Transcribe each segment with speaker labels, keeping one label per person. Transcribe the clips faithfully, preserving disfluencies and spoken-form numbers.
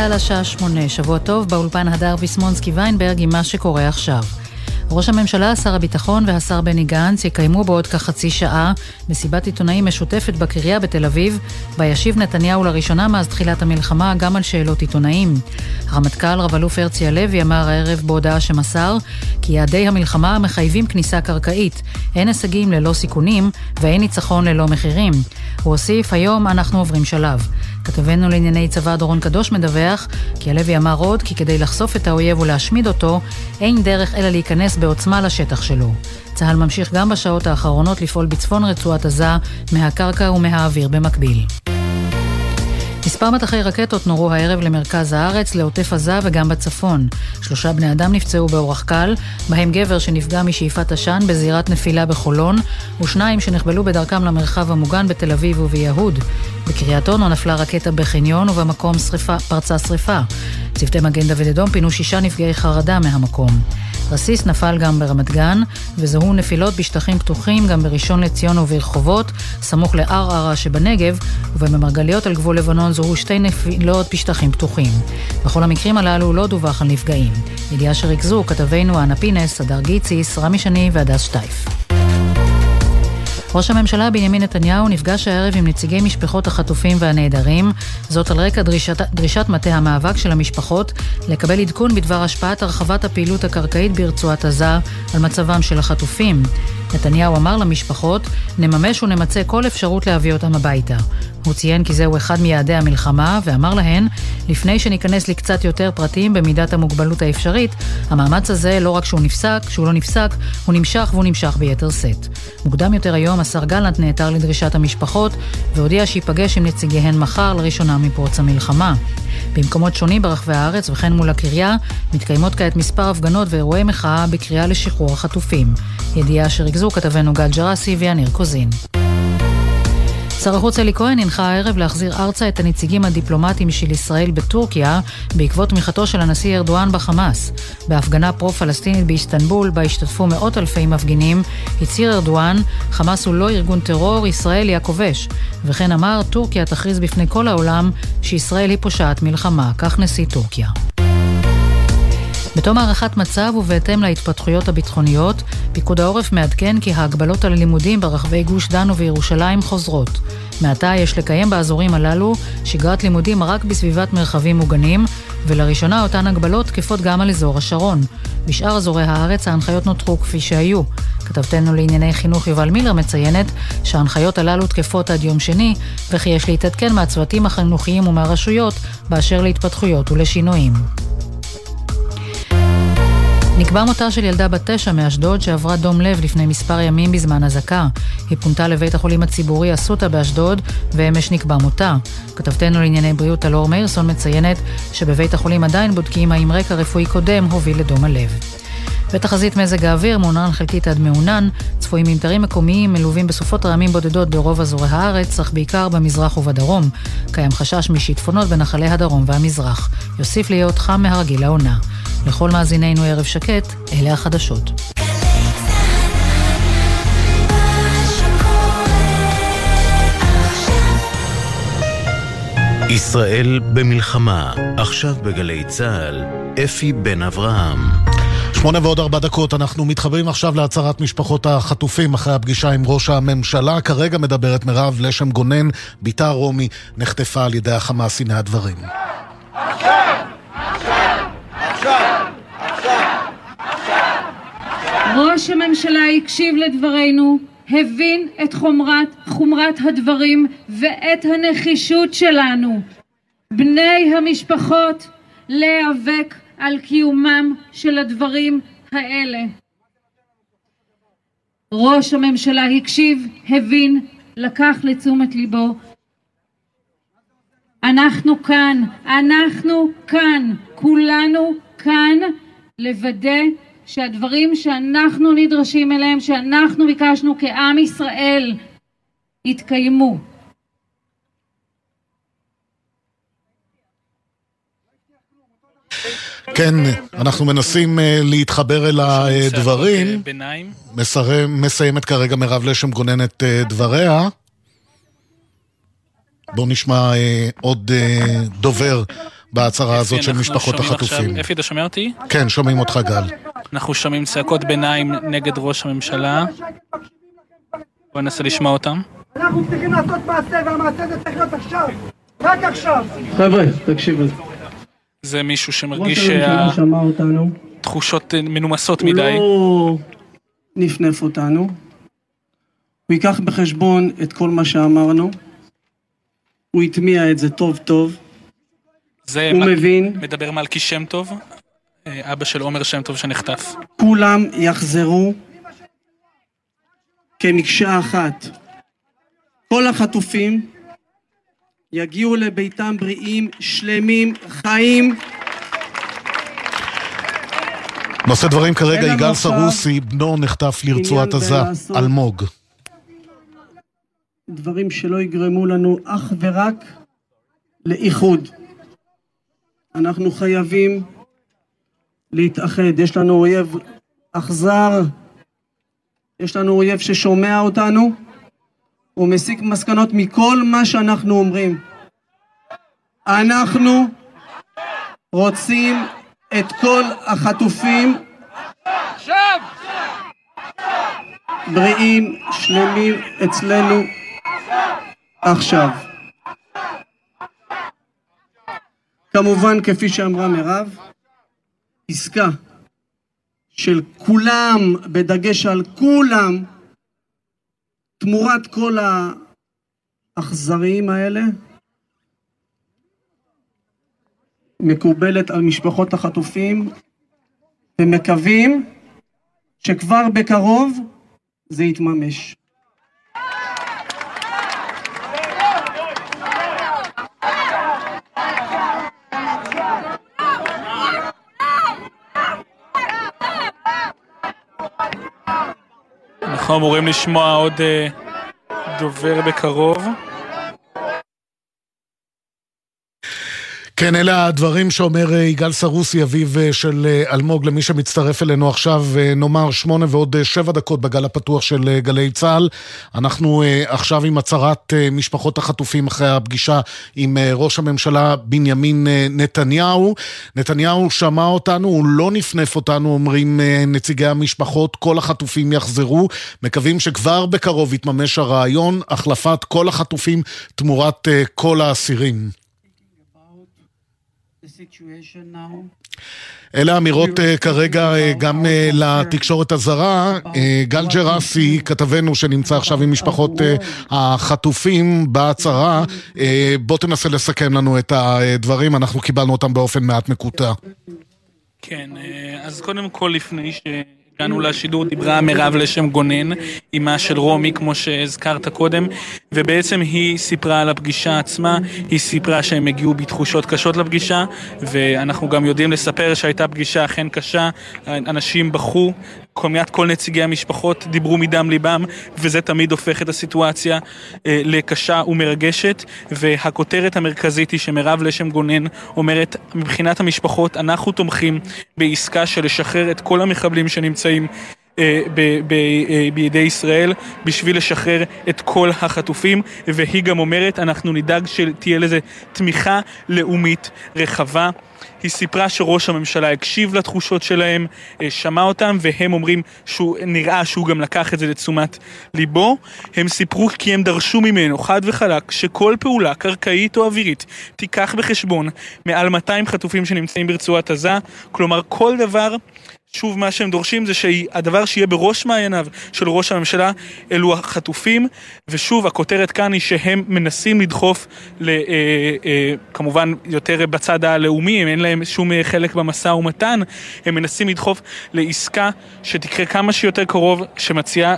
Speaker 1: צהל השעה שמונה, שבוע טוב, באולפן הדר ויסמונסקי ויינברג עם מה שקורה עכשיו. ראש הממשלה, שר הביטחון והשר בני גנץ יקיימו בעוד כחצי שעה מסיבת עיתונאים משותפת בקריה בתל אביב, בה ישיב נתניהו לראשונה מאז תחילת המלחמה גם על שאלות עיתונאים. הרמטכ"ל רב אלוף הרצי הלוי אמר הערב בהודעה שמסר כי יעדי המלחמה מחייבים כניסה קרקעית, אין הישגים ללא סיכונים ואין ניצחון ללא מחירים. הוא הוסיף, היום אנחנו עוברים שלב. כתבנו לענייני צבא דורון קדוש מדווח כי הלוי אמר עוד כי כדי לחשוף את האויב ולהשמיד אותו אין דרך אלא להיכנס בעוצמה לשטח שלו. צה"ל ממשיך גם בשעות האחרונות לפעול בצפון רצועת עזה מהקרקע ומהאוויר במקביל. מספר מטחי רקטות נורו הערב למרכז הארץ, לעוטף עזה וגם בצפון. שלושה בני אדם נפצעו באורח קל, בהם גבר שנפגע משאיפת עשן בזירת נפילה בחולון, ושניים שנחבלו בדרכם למרחב המוגן בתל אביב וביהוד. בקריית אונו נפלה רקטה בחניון ובמקום שריפה, פרצה שריפה. צוותי מגן דוד אדום פינו שישה נפגעי חרדה מהמקום. רסיס נפל גם ברמת גן, וזהו נפילות בשטחים פתוחים גם בראשון לציון וברחובות, סמוך לערערה שבנגב, ובמרגליות על גבול לבנון זהו שתי נפילות בשטחים פתוחים. בכל המקרים הללו לא דווח על נפגעים. ידיעה שריכזו כתבינו אנה פינס, הדר גיציס, רמי שני והדס שטייף. ראש הממשלה בנימין נתניהו נפגש הערב עם נציגי משפחות החטופים והנעדרים, זאת על רקע דרישת, דרישת מטה המאבק של המשפחות לקבל עדכון בדבר השפעת הרחבת הפעילות הקרקעית ברצועת עזה על מצבם של החטופים. נתניהו אמר למשפחות, נממש ונמצא כל אפשרות להביא אותם הביתה. הוא ציין כי זהו אחד מיעדי המלחמה, ואמר להן, לפני שניכנס לקצת יותר פרטים במידת המוגבלות האפשרית, המאמץ הזה לא רק שהוא נפסק, שהוא לא נפסק, הוא נמשך והוא נמשך ביתר סט. מוקדם יותר היום, השר גלנט נעתר לדרישת המשפחות, והודיע שיפגש עם נציגיהן מחר לראשונה מפרוץ המלחמה. במקומות שונים ברחבי הארץ וכן מול הקריה, מתקיימות כעת מספר הפגנות ואירועי מחאה בקריאה לשחרור החטופים. ידיעה שריכזו כתבנו גל ג'רסי ויניר קוזין. שר החוץ אלי כהן הנחה הערב להחזיר ארצה את הנציגים הדיפלומטיים של ישראל בטורקיה בעקבות תמיכתו של הנשיא ארדואן בחמאס. בהפגנה פרו-פלסטינית באיסטנבול, בה השתתפו מאות אלפי מפגינים, הצהיר ארדואן, חמאס הוא לא ארגון טרור, ישראל היא הכובש. וכן אמר, טורקיה תכריז בפני כל העולם שישראל היא פושעת מלחמה, כך נשיא טורקיה. בתום הערכת מצב ובהתאם להתפתחויות הביטחוניות, פיקוד העורף מעדכן כי ההגבלות על הלימודים ברחבי גוש דן ובירושלים חוזרות. מעתה יש לקיים באזורים הללו שגרת לימודים רק בסביבת מרחבים מוגנים, ולראשונה אותן הגבלות תקפות גם על אזור השרון. בשאר אזורי הארץ ההנחיות נותרו כפי שהיו. כתבתנו לענייני חינוך יובל מילר מציינת שההנחיות הללו תקפות עד יום שני, וכי יש להתעדכן מהצוותים החינוכיים ומהרשויות באשר להתפתחויות ולשינויים. נקבע מותה של ילדה בת תשע מאשדוד שעברה דום לב לפני מספר ימים בזמן הזקה. היא פונתה לבית החולים הציבורי אסותא באשדוד, ואמש נקבע מותה. כתבתנו לענייני בריאות אלאור מאירסון מציינת שבבית החולים עדיין בודקים האם רקע רפואי קודם הוביל לדום הלב. בתחזית מזג האוויר, מעונן חלקית עד מעונן, צפויים ממטרים מקומיים מלווים בסופות רעמים בודדות ברוב אזורי הארץ, אך בעיקר במזרח ובדרום. קיים חשש משיטפונות בנחלי הדרום והמזרח. יוסיף להיות חם מהרגיל לעונה. לכל מאזינינו ערב שקט, אלה החדשות.
Speaker 2: ישראל במלחמה, עכשיו בגלי צהל, אפי בן אברהם.
Speaker 3: שמונה ועוד ארבע דקות, אנחנו מתחברים עכשיו להצהרת משפחות החטופים אחרי הפגישה עם ראש הממשלה. כרגע מדברת מירב לשם גונן, ביתה רומי נחטפה על ידי החמאס. הנה הדברים.
Speaker 4: עכשיו! עכשיו! עכשיו! עכשיו! ראש הממשלה הקשיב לדברינו, הבין את חומרת, חומרת הדברים ואת הנחישות שלנו, בני המשפחות, להיאבק על קיומם של הדברים האלה. ראש הממשלה הקשיב, הבין, לקח לתשומת ליבו. אנחנו כאן, אנחנו כאן, כולנו כאן, לוודא שהדברים שאנחנו נדרשים אליהם, שאנחנו ביקשנו כעם ישראל, יתקיימו.
Speaker 3: כן, אנחנו מנסים להתחבר אל הדברים. מסיימת כרגע מירב לשם גונן את דבריה. בואו נשמע עוד דובר בהצהרה הזאת של משפחות החטופים.
Speaker 5: אפי, אתה שומע אותי?
Speaker 3: כן, שומעים אותך גל.
Speaker 5: אנחנו שומעים צעקות ביניים נגד ראש הממשלה. בוא ננסה לשמוע אותם.
Speaker 6: אנחנו צריכים לעשות מעשה, והמעשה זה צריך להיות עכשיו, רק עכשיו.
Speaker 7: חבר'ה, תקשיבו.
Speaker 5: זה מישהו שמרגיש שהתחושות מנומסות מדי.
Speaker 7: הוא לא נפנף אותנו. הוא ייקח בחשבון את כל מה שאמרנו. הוא יטמיע את זה טוב טוב. הוא מבין.
Speaker 5: מדבר מלכי שם טוב, אבא של עומר שם טוב שנחטף.
Speaker 7: כולם יחזרו כמקשה אחת. כל החטופים יגיעו לביתם בריאים, שלמים, חיים.
Speaker 3: נושא דברים כרגע יגאל סרוסי, בנו נחטף לרצועת עזה, אלמוג.
Speaker 7: דברים שלא יגרמו לנו אך ורק לאיחוד. אנחנו חייבים להתאחד. יש לנו אויב אכזר, יש לנו אויב ששומע אותנו, הוא מסיק מסקנות מכל מה שאנחנו אומרים. אנחנו רוצים את כל החטופים עכשיו בריאים, שלמים אצלנו עכשיו. כמובן, כפי שאמרה מירב, עסקה של כולם, בדגש על כולם, תמורת כל האכזריים האלה, מקובלת על משפחות החטופים, ומקווים שכבר בקרוב זה יתממש.
Speaker 5: אנחנו אמורים לשמוע עוד דובר בקרוב.
Speaker 3: כן, אלה הדברים שאומר יגאל סרוסי, אביו של אלמוג, למי שמצטרף אלינו עכשיו. נאמר שמונה ועוד שבע דקות בגל הפתוח של גלי צהל. אנחנו עכשיו עם הצהרת משפחות החטופים אחרי הפגישה עם ראש הממשלה בנימין נתניהו. נתניהו שמע אותנו, הוא לא נפנף אותנו, אומרים נציגי המשפחות, כל החטופים יחזרו. מקווים שכבר בקרוב יתממש הרעיון, החלפת כל החטופים תמורת כל האסירים. אלה אמירות כרגע גם לתקשורת הזרה. גל ג'רסי, כתבנו שנמצא עכשיו עם משפחות החטופים בהצהרה, בוא תנסה לסכם לנו את הדברים, אנחנו קיבלנו אותם באופן מעט מקוטע.
Speaker 5: כן, אז קודם כל לפני ש... הגענו לשידור, דיברה מירב לשם גונן, אימה של רומי, כמו שהזכרת קודם, ובעצם היא סיפרה על הפגישה עצמה, היא סיפרה שהם הגיעו בתחושות קשות לפגישה, ואנחנו גם יודעים לספר שהייתה פגישה אכן קשה, אנשים בחו, כמעט כל נציגי המשפחות דיברו מדם ליבם, וזה תמיד הופך את הסיטואציה אה, לקשה ומרגשת, והכותרת המרכזית היא שמירב לשם גונן אומרת, מבחינת המשפחות אנחנו תומכים בעסקה של לשחרר את כל המחבלים שנמצאים אה, ב- ב- אה, בידי ישראל, בשביל לשחרר את כל החטופים, והיא גם אומרת, אנחנו נדאג שתהיה לזה תמיכה לאומית רחבה. היא סיפרה שראש הממשלה הקשיב לתחושות שלהם, שמע אותם, והם אומרים שהוא נראה שהוא גם לקח את זה לתשומת ליבו. הם סיפרו כי הם דרשו ממנו חד וחלק שכל פעולה קרקעית או אווירית תיקח בחשבון מעל מאתיים חטופים שנמצאים ברצועת עזה, כלומר כל דבר, שוב מה שהם דורשים זה שהדבר שיהיה בראש מעייניו של ראש הממשלה אלו החטופים, ושוב הכותרת כאן היא שהם מנסים לדחוף ל, אה, אה, כמובן יותר בצד הלאומי, הם אין להם שום חלק במשא ומתן, הם מנסים לדחוף לעסקה שתקרה כמה שיותר קרוב, שמציעה.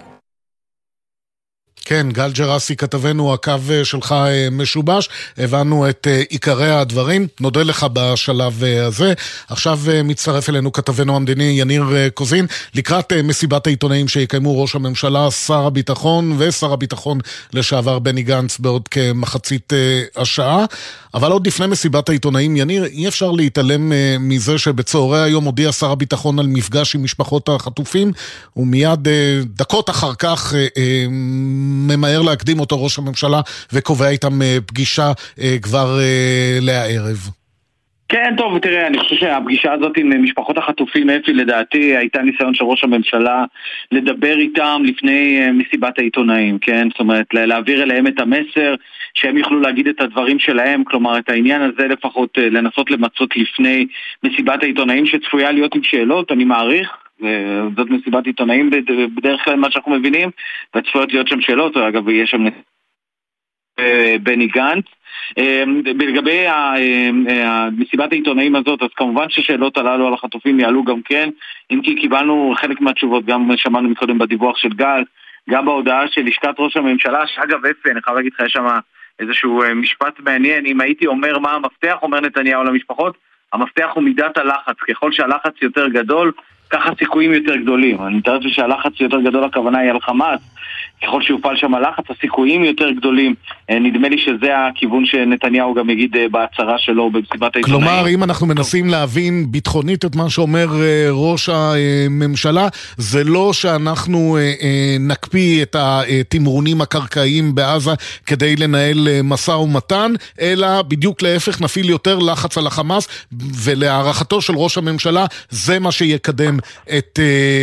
Speaker 3: כן, גל ג'רסי כתבנו, הקו שלך משובש, הבנו את עיקרי הדברים, נודה לך בשלב הזה. עכשיו מצטרף אלינו כתבנו המדיני יניר קוזין, לקראת מסיבת העיתונאים שיקיימו ראש הממשלה, שר הביטחון ושר הביטחון לשעבר בני גנץ בעוד כמחצית השעה. אבל עוד לפני מסיבת העיתונאים, יניר, אי אפשר להתעלם מזה שבצהרי היום הודיע שר הביטחון על מפגש עם משפחות החטופים, ומיד דקות אחר כך ממהר להקדים אותו ראש הממשלה וקובע איתם פגישה כבר לערב.
Speaker 8: כן, טוב, תראה, אני חושב שהפגישה הזאת עם משפחות החטופים, אפי, לדעתי, הייתה ניסיון של ראש הממשלה לדבר איתם לפני מסיבת העיתונאים, כן? זאת אומרת, להעביר אליהם את המסר, שהם יוכלו להגיד את הדברים שלהם, כלומר, את העניין הזה לפחות לנסות למצות לפני מסיבת העיתונאים שצפויה להיות עם שאלות, אני מעריך, זאת מסיבת עיתונאים בדרך כלל מה שאנחנו מבינים, וצפויות להיות שם שאלות, אגב, יש שם בני גנץ. לגבי מסיבת העיתונאים הזאת, אז כמובן ששאלות הללו על החטופים יעלו גם כן, אם כי קיבלנו חלק מהתשובות, גם שמענו מקודם בדיווח של גל, גם בהודעה של לשכת ראש הממשלה, שאגב אפי, אני חייב להגיד לך, יש שם איזשהו משפט מעניין, אם הייתי אומר מה המפתח, אומר נתניהו למשפחות, המפתח הוא מידת הלחץ, ככל שהלחץ יותר גדול, ככה סיכויים יותר גדולים. אני מתאר שהלחץ יותר גדול, הכוונה היא על חמאס, ככל שיופעל שם הלחץ, הסיכויים יותר גדולים. נדמה לי שזה הכיוון שנתניהו גם יגיד בהצהרה שלו במסיבת העיתונאים.
Speaker 3: כלומר, אם אנחנו מנסים להבין ביטחונית את מה שאומר ראש הממשלה, זה לא שאנחנו נקפיא את התמרונים הקרקעיים בעזה כדי לנהל משא ומתן, אלא בדיוק להפך, נפעיל יותר לחץ על החמאס, ולהערכתו של ראש הממשלה, זה מה שיקדם את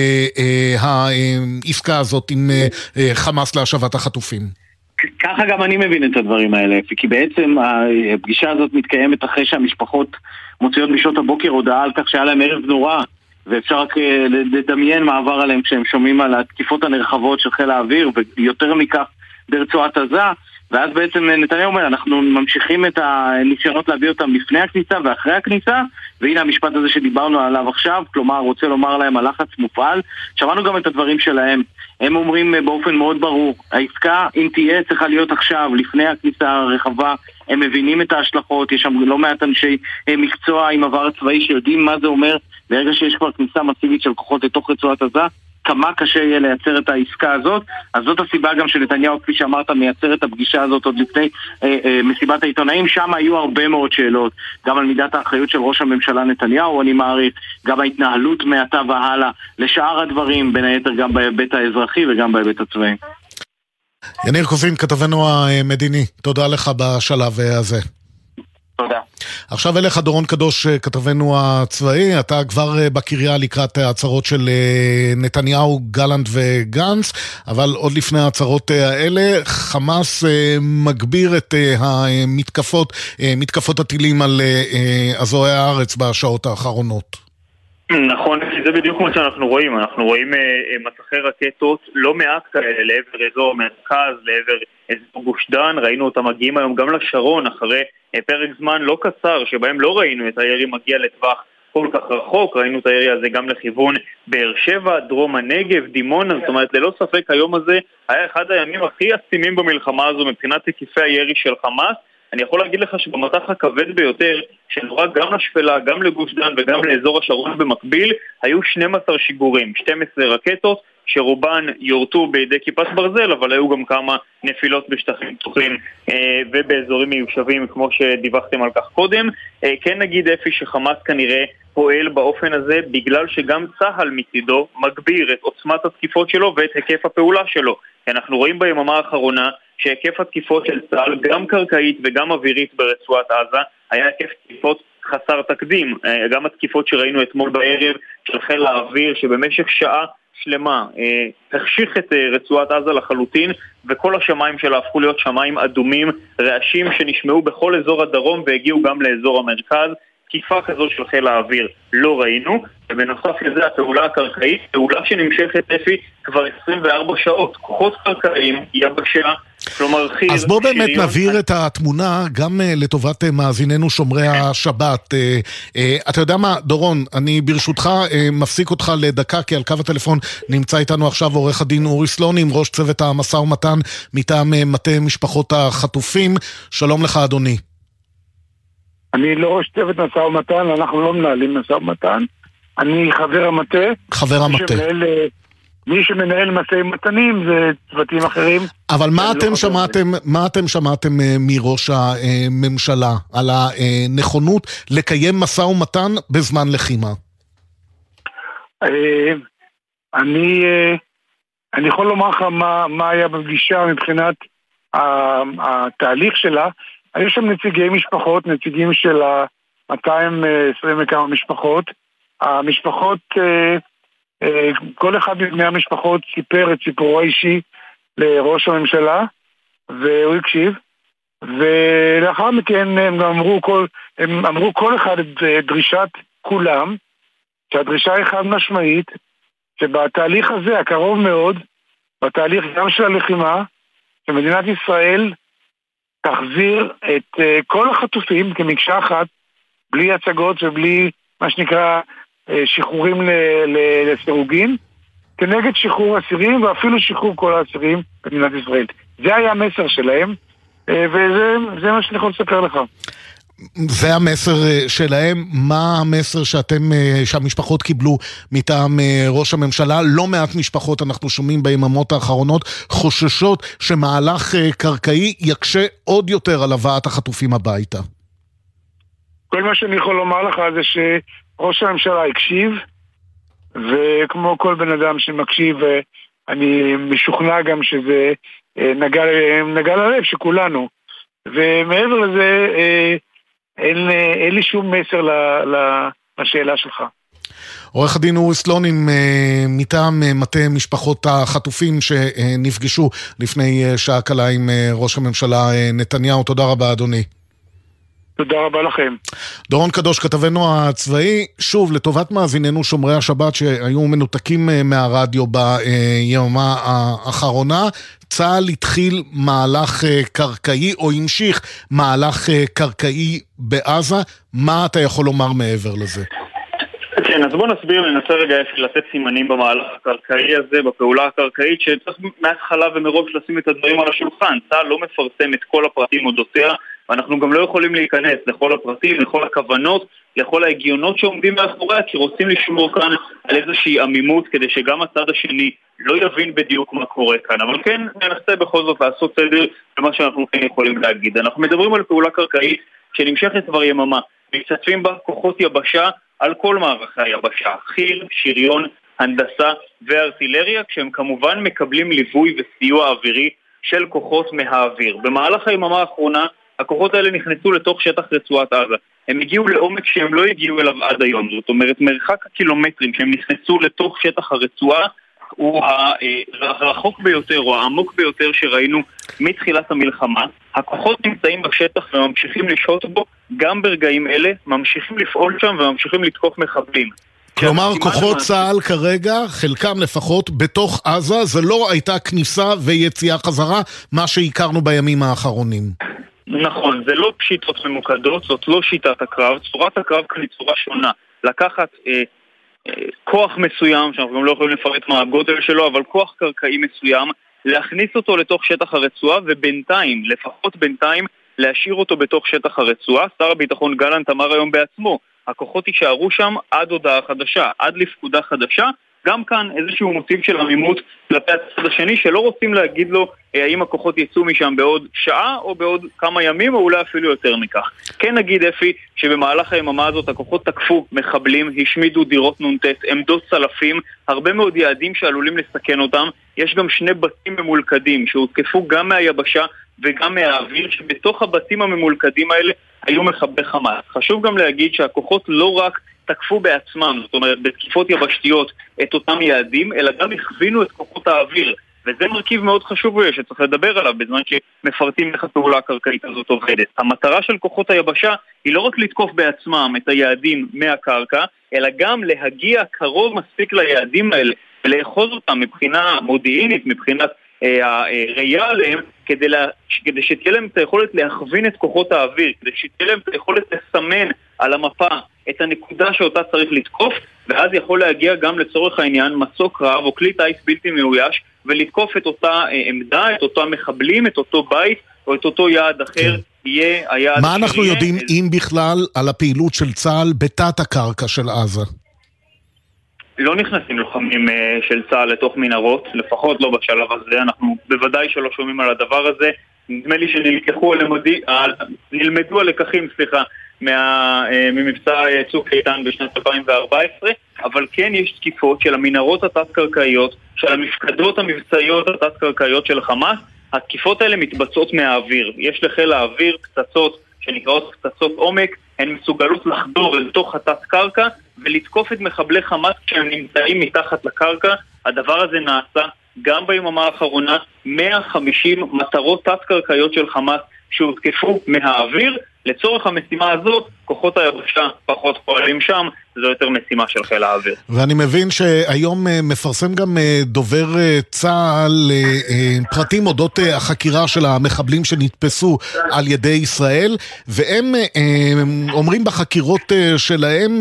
Speaker 3: העסקה הזאת עם חמאס להשבת החטופים.
Speaker 8: ככה גם אני מבין את הדברים האלה, כי בעצם הפגישה הזאת מתקיימת אחרי שהמשפחות מוציאות בשעות הבוקר הודעה על כך שהיה להם ערב נורא, ואפשר רק לדמיין מה עבר עליהם כשהם שומעים על התקיפות הנרחבות של חיל האוויר, ויותר מכך ברצועת עזה, ואז בעצם נתניהו אומר, אנחנו ממשיכים את הניסיונות להביא אותם לפני הכניסה ואחרי הכניסה, והנה המשפט הזה שדיברנו עליו עכשיו, כלומר רוצה לומר להם הלחץ מופעל. שמענו גם את הדברים שלהם, הם אומרים באופן מאוד ברור, העסקה אם תהיה צריכה להיות עכשיו, לפני הכניסה הרחבה, הם מבינים את ההשלכות, יש שם לא מעט אנשי מקצוע עם עבר צבאי שיודעים מה זה אומר, ברגע שיש כבר כניסה מסיבית של כוחות לתוך רצועת עזה, כמה קשה יהיה לייצר את העסקה הזאת. אז זאת הסיבה גם שנתניהו, כפי שאמרת, מייצר את הפגישה הזאת עוד לפני אה, אה, מסיבת העיתונאים. שם היו הרבה מאוד שאלות, גם על מידת האחריות של ראש הממשלה נתניהו, אני מעריך, גם ההתנהלות מעתה והלאה לשאר הדברים, בין היתר גם בהיבט האזרחי וגם בהיבט הצבאי.
Speaker 3: יניר קוזין, כתבנו המדיני, תודה לך בשלב הזה.
Speaker 8: תודה.
Speaker 3: עכשיו אליך דורון קדוש, כתבנו הצבאי, אתה כבר בקריה לקראת ההצהרות של נתניהו, גלנט וגנץ, אבל עוד לפני ההצהרות האלה, חמאס מגביר את המתקפות, מתקפות הטילים על אזורי הארץ בשעות האחרונות.
Speaker 9: נכון, זה בדיוק מה שאנחנו רואים, אנחנו רואים מצחי רקטות לא מעט כאלה לעבר אזור מרכז, לעבר אזור גוש דן, ראינו אותם מגיעים היום גם לשרון אחרי פרק זמן לא קצר שבהם לא ראינו את הירי מגיע לטווח כל כך רחוק, ראינו את הירי הזה גם לכיוון באר שבע, דרום הנגב, דימונה, זאת אומרת ללא ספק היום הזה היה אחד הימים הכי עצימים במלחמה הזו מבחינת היקפי הירי של חמאס. אני יכול להגיד לך שבמטח הכבד ביותר, שנורא גם לשפלה, גם לגוש דן וגם לאזור השרון במקביל, היו שנים עשר שיגורים, שתים עשרה רקטות, שרובן יורטו בידי כיפת ברזל, אבל היו גם כמה נפילות בשטחים פתוחים אה, ובאזורים מיושבים, כמו שדיווחתם על כך קודם. אה, כן נגיד אפי שחמאס כנראה פועל באופן הזה, בגלל שגם צהל מצידו מגביר את עוצמת התקיפות שלו ואת היקף הפעולה שלו. אנחנו רואים ביממה האחרונה שהיקף התקיפות של צה"ל, גם קרקעית וגם אווירית ברצועת עזה, היה היקף תקיפות חסר תקדים. גם התקיפות שראינו אתמול בערב של חיל האוויר, שבמשך שעה שלמה החשיך את רצועת עזה לחלוטין, וכל השמיים שלה הפכו להיות שמיים אדומים, רעשים שנשמעו בכל אזור הדרום והגיעו גם לאזור המרכז. תקיפה כזו של חיל האוויר לא ראינו, ובנוסף לזה הפעולה הקרקעית, פעולה שנמשכת אפי כבר עשרים וארבע שעות, כוחות קרקעיים, יבשה, כלומר חיר.
Speaker 3: אז בוא באמת נבהיר את התמונה גם לטובת מאזיננו שומרי השבת. אתה יודע מה, דורון, אני ברשותך מפסיק אותך לדקה, כי על קו הטלפון נמצא איתנו עכשיו עורך הדין אורי סלוני, עם ראש צוות המשא ומתן מטעם מטה משפחות החטופים. שלום לך אדוני.
Speaker 10: אני לא ראש צוות משא ומתן, אנחנו לא מנהלים משא ומתן. אני חבר המטה.
Speaker 3: חבר המטה.
Speaker 10: מי שמנהל משא ומתנים זה צוותים אחרים.
Speaker 3: אבל מה אתם שמעתם, מה אתם שמעתם מראש הממשלה על הנכונות לקיים משא ומתן בזמן לחימה?
Speaker 10: אני אני יכול לומר לך מה מה היה בפגישה מבחינת התהליך שלה. היו שם נציגי משפחות, נציגים של מאתיים ועשרים וכמה משפחות. המשפחות, כל אחד מבני המשפחות סיפר את סיפורו האישי לראש הממשלה, והוא הקשיב, ולאחר מכן הם אמרו כל, הם אמרו כל אחד את דרישת כולם, שהדרישה היא חד משמעית, שבתהליך הזה, הקרוב מאוד, בתהליך גם של הלחימה, שמדינת ישראל תחזיר את כל החטופים כמקשה אחת, בלי הצגות ובלי מה שנקרא שחרורים לסירוגין, כנגד שחרור אסירים ואפילו שחרור כל האסירים במדינת ישראל. זה היה המסר שלהם, וזה מה שאני יכול לספר לך.
Speaker 3: זה המסר שלהם. מה המסר שאתם, שהמשפחות קיבלו מטעם ראש הממשלה? לא מעט משפחות, אנחנו שומעים ביממות האחרונות, חוששות שמהלך קרקעי יקשה עוד יותר על הבאת החטופים הביתה.
Speaker 10: כל מה שאני יכול לומר לך זה שראש הממשלה הקשיב, וכמו כל בן אדם שמקשיב, אני משוכנע גם שזה נגע, נגע ללב שכולנו. ומעבר לזה, אין, אין לי שום מסר לשאלה שלך.
Speaker 3: עורך הדין אורי סלונים, מטעם מטה משפחות החטופים שנפגשו לפני שעה קלה עם ראש הממשלה נתניהו. תודה רבה, אדוני.
Speaker 10: תודה רבה לכם.
Speaker 3: דורון קדוש, כתבנו הצבאי, שוב, לטובת מאזיננו שומרי השבת שהיו מנותקים מהרדיו ביממה האחרונה, צה"ל התחיל מהלך קרקעי, או המשיך מהלך קרקעי בעזה. מה אתה יכול לומר מעבר לזה?
Speaker 9: כן, אז בוא נסביר, ננסה רגע לתת סימנים במהלך הקרקעי הזה, בפעולה הקרקעית, שצריך מההתחלה ומראש לשים את הדברים על השולחן. צה"ל לא מפרסם את כל הפרטים אודותיה, ואנחנו גם לא יכולים להיכנס לכל הפרטים, לכל הכוונות, לכל ההגיונות שעומדים מאחוריה, כי רוצים לשמור כאן על איזושהי עמימות, כדי שגם הצד השני לא יבין בדיוק מה קורה כאן. אבל כן, ננסה בכל זאת לעשות סדר במה שאנחנו כן יכולים להגיד. אנחנו מדברים על פעולה קרקעית שנמשכת כבר יממה, משתתפים בה כוחות יבשה על כל מערכי היבשה, חי"ר, שריון, הנדסה וארטילריה, כשהם כמובן מקבלים ליווי וסיוע אווירי של כוחות מהאוויר. במהלך היממה האחרונה, הכוחות האלה נכנסו לתוך שטח רצועת עזה. הם הגיעו לעומק שהם לא הגיעו אליו עד היום. זאת אומרת, מרחק הקילומטרים שהם נכנסו לתוך שטח הרצועה הוא הרחוק ביותר או העמוק ביותר שראינו מתחילת המלחמה. הכוחות נמצאים בשטח וממשיכים לשהות בו גם ברגעים אלה, ממשיכים לפעול שם וממשיכים לתקוף מחבלים.
Speaker 3: כלומר, כוחות צה"ל כרגע, חלקם לפחות, בתוך עזה, זה לא הייתה כניסה ויציאה חזרה, מה שהכרנו בימים האחרונים.
Speaker 9: נכון, זה לא פשיטות ממוקדות, זאת לא שיטת הקרב, צורת הקרב כאן היא צורה שונה. לקחת אה, אה, כוח מסוים, שאנחנו גם לא יכולים לפרט מה הגודל שלו, אבל כוח קרקעי מסוים, להכניס אותו לתוך שטח הרצועה, ובינתיים, לפחות בינתיים, להשאיר אותו בתוך שטח הרצועה. שר הביטחון גלנט אמר היום בעצמו, הכוחות יישארו שם עד הודעה חדשה, עד לפקודה חדשה. גם כאן איזשהו מוטיב של עמימות כלפי הצד השני, שלא רוצים להגיד לו האם הכוחות יצאו משם בעוד שעה או בעוד כמה ימים או אולי אפילו יותר מכך. כן נגיד אפי שבמהלך היממה הזאת הכוחות תקפו מחבלים, השמידו דירות נונטט, עמדות צלפים, הרבה מאוד יעדים שעלולים לסכן אותם. יש גם שני בתים ממולכדים שהותקפו גם מהיבשה וגם מהאוויר, שבתוך הבתים הממולכדים האלה היו מחבלי חמאס. חשוב גם להגיד שהכוחות לא רק תקפו בעצמם, זאת אומרת בתקיפות יבשתיות את אותם יעדים, אלא גם הכווינו את כוחות האוויר, וזה מרכיב מאוד חשוב שצריך לדבר עליו בזמן שמפרטים איך הפעולה הקרקעית הזאת עובדת. המטרה של כוחות היבשה היא לא רק לתקוף בעצמם את היעדים מהקרקע, אלא גם להגיע קרוב מספיק ליעדים האלה, ולאחוז אותם מבחינה מודיעינית, מבחינת הראייה עליהם, כדי, לה, כדי שתהיה להם את היכולת להכווין את כוחות האוויר, כדי שתהיה להם את היכולת לסמן על המפה את הנקודה שאותה צריך לתקוף, ואז יכול להגיע גם לצורך העניין מצוק רב או כלי טייס בלתי מאויש, ולתקוף את אותה עמדה, את אותם מחבלים, את אותו בית או את אותו יעד אחר. כן. יהיה היעד.
Speaker 3: מה אנחנו יודעים איזה... אם בכלל על הפעילות של צה"ל בתת הקרקע של עזה?
Speaker 9: לא נכנסים לוחמים של צה"ל לתוך מנהרות, לפחות לא בשלב הזה. אנחנו בוודאי שלא שומעים על הדבר הזה. נדמה לי שנלקחו הלמדי, נלמדו הלקחים, סליחה, מה, ממבצע צוק איתן בשנת אלפיים וארבע עשרה, אבל כן יש תקיפות של המנהרות התת-קרקעיות, של המפקדות המבצעיות התת-קרקעיות של חמאס. התקיפות האלה מתבצעות מהאוויר. יש לחיל האוויר פצצות שנקראות פצצות עומק, הן מסוגלות לחדור לתוך התת קרקע ולתקוף את מחבלי חמאס כשהם נמצאים מתחת לקרקע. הדבר הזה נעשה גם ביממה האחרונה, מאה וחמישים מטרות תת-קרקעיות של חמאס שהותקפו מהאוויר. לצורך המשימה הזאת, כוחות היבשה פחות פועלים שם, זו יותר משימה של חיל האוויר.
Speaker 3: ואני מבין שהיום מפרסם גם דובר צה"ל פרטים אודות החקירה של המחבלים שנתפסו על ידי ישראל, והם אומרים בחקירות שלהם,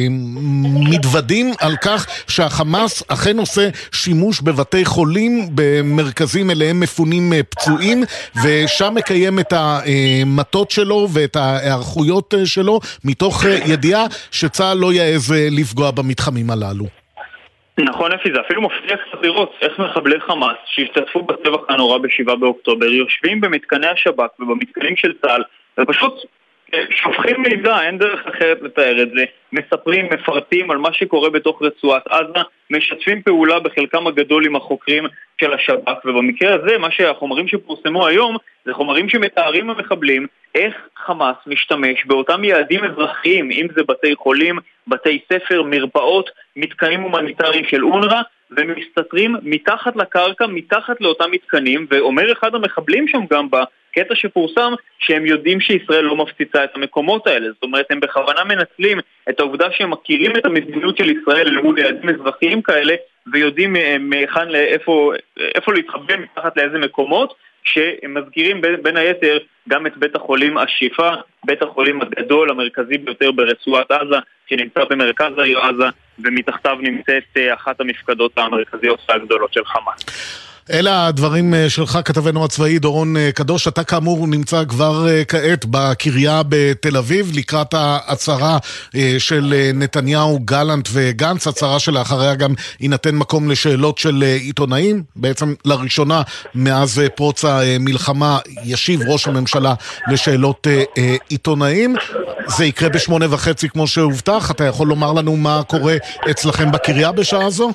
Speaker 3: מתוודים על כך שהחמאס אכן עושה שימוש בבתי חולים, במרכזים אליהם מפונים פצועים, ושם מקיים את המטות שלו ואת ההיערכויות שלו, מתוך ידיעה שצה"ל לא יעז לפגוע במתחמים הללו.
Speaker 9: נכון אפי, זה אפילו מפתיע קצת לראות איך מחבלי חמאס שהשתתפו בטבח הנורא בשבעה באוקטובר יושבים במתקני השב"כ ובמתקנים של צה"ל ופשוט שופכים מידע, אין דרך אחרת לתאר את זה, מספרים, מפרטים על מה שקורה בתוך רצועת עזה, משתפים פעולה בחלקם הגדול עם החוקרים של השב"כ, ובמקרה הזה מה שהחומרים שפורסמו היום זה חומרים שמתארים המחבלים איך חמאס משתמש באותם יעדים אזרחיים, אם זה בתי חולים, בתי ספר, מרפאות, מתקנים הומניטריים של אונר"א, ומסתתרים מתחת לקרקע, מתחת לאותם מתקנים, ואומר אחד המחבלים שם גם בקטע שפורסם, שהם יודעים שישראל לא מפציצה את המקומות האלה. זאת אומרת, הם בכוונה מנצלים את העובדה שהם מכירים את המדיניות של ישראל למול יעדים אזרחיים כאלה, ויודעים מהיכן לאיפה, איפה להתחבא מתחת לאיזה מקומות, שהם מזכירים בין, בין היתר גם את בית החולים השיפה, בית החולים הגדול, המרכזי ביותר ברצועת עזה, שנמצא במרכז העיר עזה, ומתחתיו נמצאת אחת המפקדות המרכזיות והגדולות של חמאס.
Speaker 3: אלה הדברים שלך, כתבנו הצבאי דורון קדוש. אתה כאמור נמצא כבר כעת בקריה בתל אביב לקראת ההצהרה של נתניהו, גלנט וגנץ, הצהרה שלאחריה גם יינתן מקום לשאלות של עיתונאים. בעצם לראשונה מאז פרוץ המלחמה ישיב ראש הממשלה לשאלות עיתונאים. זה יקרה בשמונה וחצי כמו שהובטח. אתה יכול לומר לנו מה קורה אצלכם בקריה בשעה זו?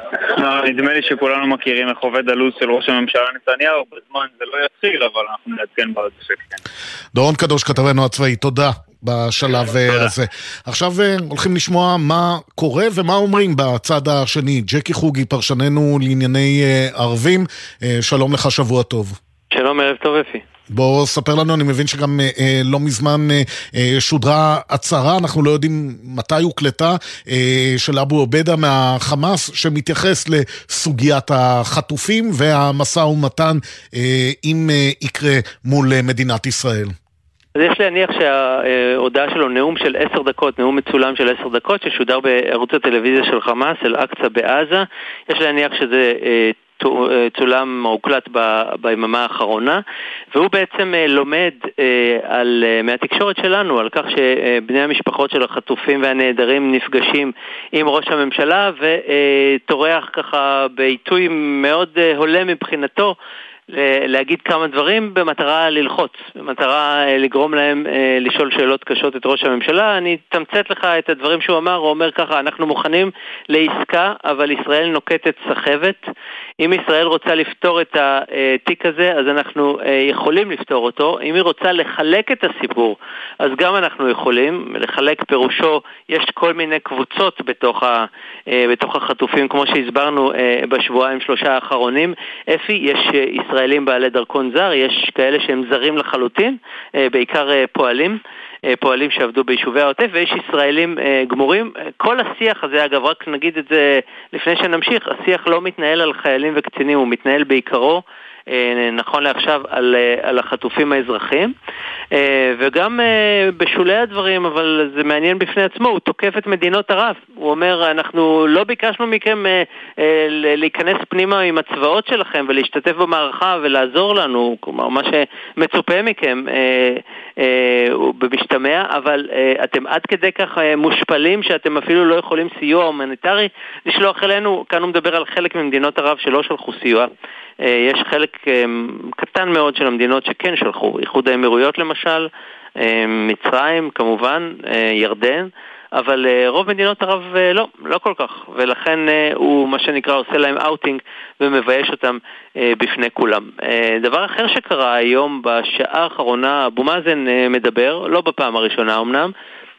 Speaker 9: נדמה לי שכולנו מכירים איך עובד הלו"ז של ראש הממשלה נתניהו, בזמן זה לא יתחיל, אבל אנחנו נעדכן בזה.
Speaker 3: דורון קדוש, כתבנו הצבאי, תודה בשלב הזה. עכשיו הולכים לשמוע מה קורה ומה אומרים בצד השני. ג'קי חוגי, פרשננו לענייני ערבים, שלום לך, שבוע טוב.
Speaker 11: שלום, ערב טוב אפי.
Speaker 3: בוא ספר לנו, אני מבין שגם אה, לא מזמן אה, שודרה הצהרה, אנחנו לא יודעים מתי הוקלטה, אה, של אבו עובדה מהחמאס, שמתייחס לסוגיית החטופים והמשא ומתן, אה, אם אה, יקרה מול אה, מדינת ישראל.
Speaker 11: אז יש להניח שההודעה שלו, נאום של עשר דקות, נאום מצולם של עשר דקות, ששודר בערוץ הטלוויזיה של חמאס, אל-אקצא בעזה, יש להניח שזה אה, צולם הוקלט ביממה האחרונה, והוא בעצם לומד על, מהתקשורת שלנו על כך שבני המשפחות של החטופים והנעדרים נפגשים עם ראש הממשלה, ותורח ככה בעיתוי מאוד הולם מבחינתו להגיד כמה דברים במטרה ללחוץ, במטרה לגרום להם לשאול שאלות קשות את ראש הממשלה. אני תמצת לך את הדברים שהוא אמר. הוא אומר ככה: אנחנו מוכנים לעסקה, אבל ישראל נוקטת סחבת. אם ישראל רוצה לפתור את התיק הזה, אז אנחנו יכולים לפתור אותו. אם היא רוצה לחלק את הסיפור, אז גם אנחנו יכולים. לחלק פירושו, יש כל מיני קבוצות בתוך, ה, בתוך החטופים, כמו שהסברנו בשבועיים שלושה האחרונים. אפי, יש ישראל ישראלים בעלי דרכון זר, יש כאלה שהם זרים לחלוטין, בעיקר פועלים, פועלים שעבדו ביישובי העוטף, ויש ישראלים גמורים. כל השיח הזה, אגב, רק נגיד את זה לפני שנמשיך, השיח לא מתנהל על חיילים וקצינים, הוא מתנהל בעיקרו, נכון לעכשיו, על, על החטופים האזרחיים, וגם בשולי הדברים, אבל זה מעניין בפני עצמו, הוא תוקף את מדינות ערב. הוא אומר, אנחנו לא ביקשנו מכם להיכנס פנימה עם הצבאות שלכם ולהשתתף במערכה ולעזור לנו, כלומר, מה שמצופה מכם במשתמע, אבל אתם עד כדי כך מושפלים שאתם אפילו לא יכולים סיוע הומניטרי לשלוח אלינו. כאן הוא מדבר על חלק ממדינות ערב שלא שלחו סיוע. יש חלק קטן מאוד של המדינות שכן שלחו, איחוד האמירויות למשל, מצרים, כמובן, ירדן, אבל רוב מדינות ערב לא, לא כל כך, ולכן הוא מה שנקרא עושה להם אאוטינג ומבייש אותם בפני כולם. דבר אחר שקרה היום בשעה האחרונה, אבו מאזן מדבר, לא בפעם הראשונה אמנם,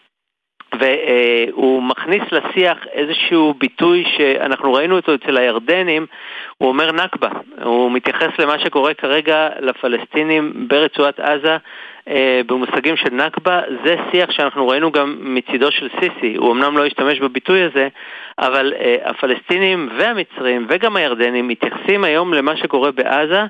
Speaker 11: והוא מכניס לשיח איזשהו ביטוי שאנחנו ראינו אותו אצל הירדנים, הוא אומר נקבה, הוא מתייחס למה שקורה כרגע לפלסטינים ברצועת עזה במושגים של נקבה. זה שיח שאנחנו ראינו גם מצידו של סיסי, הוא אמנם לא השתמש בביטוי הזה, אבל הפלסטינים והמצרים וגם הירדנים מתייחסים היום למה שקורה בעזה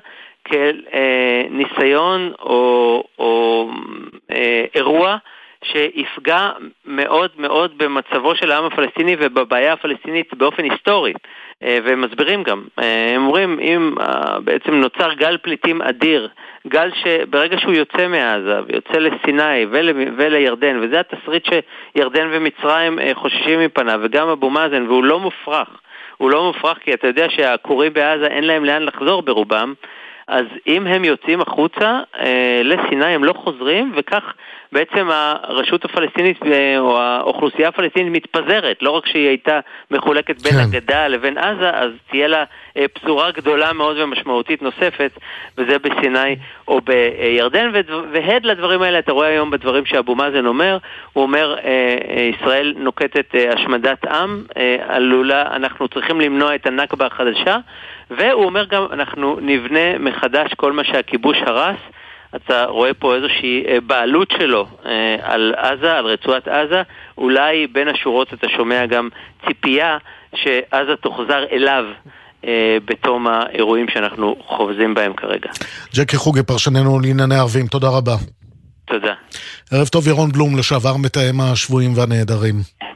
Speaker 11: כניסיון או, או אירוע שיפגע מאוד מאוד במצבו של העם הפלסטיני ובבעיה הפלסטינית באופן היסטורי, והם מסבירים גם, הם אומרים אם בעצם נוצר גל פליטים אדיר, גל שברגע שהוא יוצא מעזה ויוצא לסיני ול, ולירדן, וזה התסריט שירדן ומצרים חוששים מפניו, וגם אבו מאזן, והוא לא מופרך, הוא לא מופרך כי אתה יודע שהקורים בעזה אין להם לאן לחזור ברובם, אז אם הם יוצאים החוצה אה, לסיני הם לא חוזרים, וכך בעצם הרשות הפלסטינית או האוכלוסייה הפלסטינית מתפזרת, לא רק שהיא הייתה מחולקת בין כן. הגדה לבין עזה, אז תהיה לה אה, פזורה גדולה מאוד ומשמעותית נוספת, וזה בסיני או בירדן, והד לדברים האלה אתה רואה היום בדברים שאבו מאזן אומר, הוא אומר אה, אה, ישראל נוקטת אה, השמדת עם, אה, עלולה, אנחנו צריכים למנוע את הנכבה החדשה, והוא אומר גם אנחנו נבנה מחדש כל מה שהכיבוש הרס. אתה רואה פה איזושהי בעלות שלו על עזה, על רצועת עזה, אולי בין השורות אתה שומע גם ציפייה שעזה תוחזר אליו בתום האירועים שאנחנו חובזים בהם כרגע.
Speaker 3: ג'קי חוגי, פרשננו לענייני ערבים, תודה רבה.
Speaker 11: תודה.
Speaker 3: ערב טוב, ירון בלום, לשעבר מתאם השבויים והנעדרים.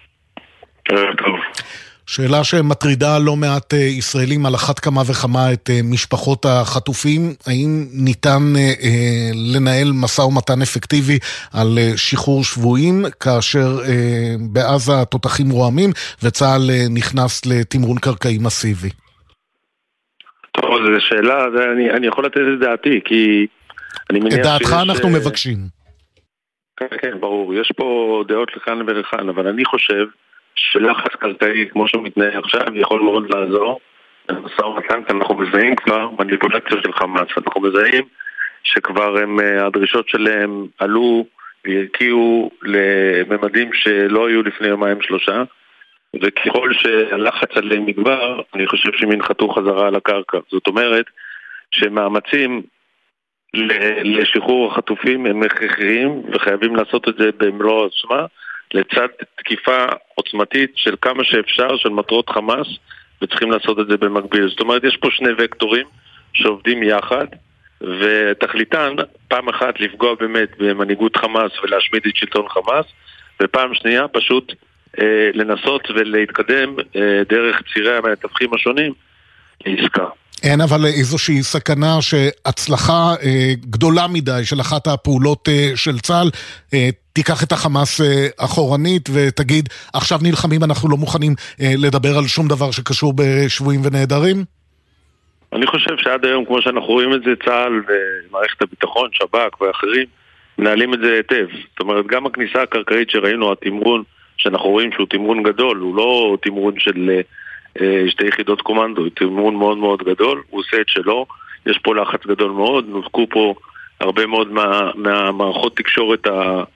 Speaker 12: ערב טוב.
Speaker 3: שאלה שמטרידה לא מעט ישראלים, על אחת כמה וכמה את משפחות החטופים, האם ניתן אה, לנהל משא ומתן אפקטיבי על שחרור שבויים, כאשר אה, בעזה התותחים רועמים וצה"ל נכנס לתמרון קרקעי מסיבי?
Speaker 12: טוב, זו שאלה, זה, אני, אני יכול לתת את דעתי, כי אני מניח
Speaker 3: את דעתך
Speaker 12: שיש...
Speaker 3: אנחנו מבקשים.
Speaker 12: כן, כן, ברור, יש פה דעות לכאן ולכאן, אבל אני חושב שלחץ קרקעי, כמו שהוא מתנהל עכשיו, יכול מאוד לעזור. במשא ומתן, אנחנו מזהים כבר מניפולציה של חמאס. אנחנו מזהים שכבר הם, הדרישות שלהם עלו והקיעו לממדים שלא היו לפני יומיים שלושה, וככל שהלחץ עליהם מגבר, אני חושב שהם ינחתו חזרה על הקרקע. זאת אומרת שמאמצים לשחרור החטופים הם הכרחיים, וחייבים לעשות את זה במלוא העוצמה, לצד תקיפה עוצמתית של כמה שאפשר של מטרות חמאס, וצריכים לעשות את זה במקביל. זאת אומרת, יש פה שני וקטורים שעובדים יחד, ותכליתן פעם אחת לפגוע באמת במנהיגות חמאס ולהשמיד את שלטון חמאס, ופעם שנייה פשוט אה, לנסות ולהתקדם אה, דרך צירי המתווכים השונים לעסקה.
Speaker 3: אין אבל איזושהי סכנה שהצלחה אה, גדולה מדי של אחת הפעולות אה, של צה"ל אה, תיקח את החמאס אה, אחורנית ותגיד עכשיו נלחמים, אנחנו לא מוכנים אה, לדבר על שום דבר שקשור בשבויים ונעדרים?
Speaker 12: אני חושב שעד היום, כמו שאנחנו רואים את זה, צה"ל ומערכת הביטחון, שב"כ ואחרים מנהלים את זה היטב. זאת אומרת, גם הכניסה הקרקעית שראינו, התמרון שאנחנו רואים שהוא תמרון גדול, הוא לא תמרון של שתי יחידות קומנדו, הוא תמרון מאוד מאוד גדול, הוא עושה את שלו, יש פה לחץ גדול מאוד, נוזקו פה הרבה מאוד מה, מהמערכות תקשורת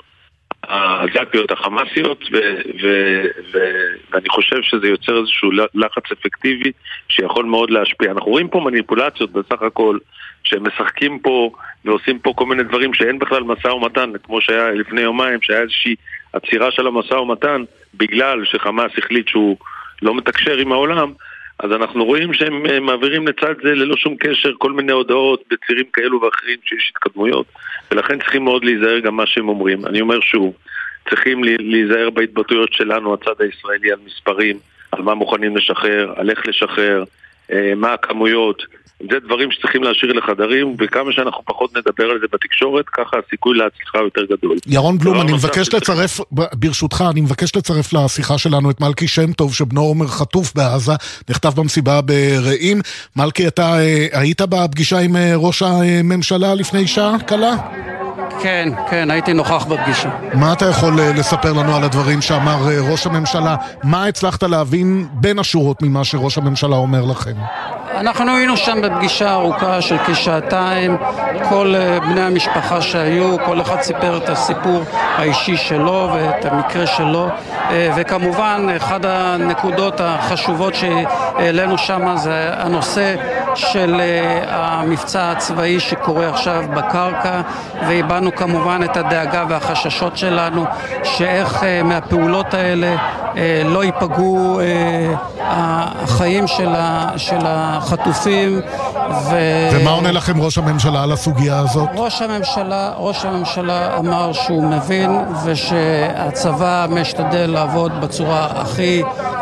Speaker 12: הזאפיות, החמאסיות, ו, ו, ו, ואני חושב שזה יוצר איזשהו לחץ אפקטיבי שיכול מאוד להשפיע. אנחנו רואים פה מניפולציות בסך הכל, שהם משחקים פה ועושים פה כל מיני דברים שאין בכלל משא ומתן, כמו שהיה לפני יומיים, שהיה איזושהי עצירה של המשא ומתן, בגלל שחמאס החליט שהוא לא מתקשר עם העולם, אז אנחנו רואים שהם מעבירים לצד זה ללא שום קשר כל מיני הודעות בצירים כאלו ואחרים שיש התקדמויות, ולכן צריכים מאוד להיזהר גם מה שהם אומרים. אני אומר שוב, צריכים להיזהר בהתבטאויות שלנו, הצד הישראלי, על מספרים, על מה מוכנים לשחרר, על איך לשחרר, מה הכמויות. זה דברים שצריכים להשאיר לחדרים, וכמה שאנחנו פחות נדבר על זה בתקשורת, ככה הסיכוי להצליחה יותר גדול.
Speaker 3: ירון בלום, אני מבקש לצרף, ברשותך, אני מבקש לצרף לשיחה שלנו את מלכי שם טוב, שבנו עומר חטוף בעזה, נכתב במסיבה ברעים. מלכי, אתה היית בפגישה עם ראש הממשלה לפני שעה קלה?
Speaker 13: כן, כן, הייתי נוכח בפגישה.
Speaker 3: מה אתה יכול לספר לנו על הדברים שאמר ראש הממשלה? מה הצלחת להבין בין השורות ממה שראש הממשלה אומר לכם?
Speaker 13: אנחנו היינו שם בפגישה ארוכה של כשעתיים, כל בני המשפחה שהיו, כל אחד סיפר את הסיפור האישי שלו ואת המקרה שלו, וכמובן אחד הנקודות החשובות שהעלינו שם זה הנושא של המבצע הצבאי שקורה עכשיו בקרקע, והבנו כמובן את הדאגה והחששות שלנו שאיך מהפעולות האלה לא ייפגעו החיים של החטופים.
Speaker 3: ומה עונה לכם ראש הממשלה על הסוגיה הזאת?
Speaker 13: ראש הממשלה, ראש הממשלה אמר שהוא מבין ושהצבא משתדל לעבוד בצורה הכי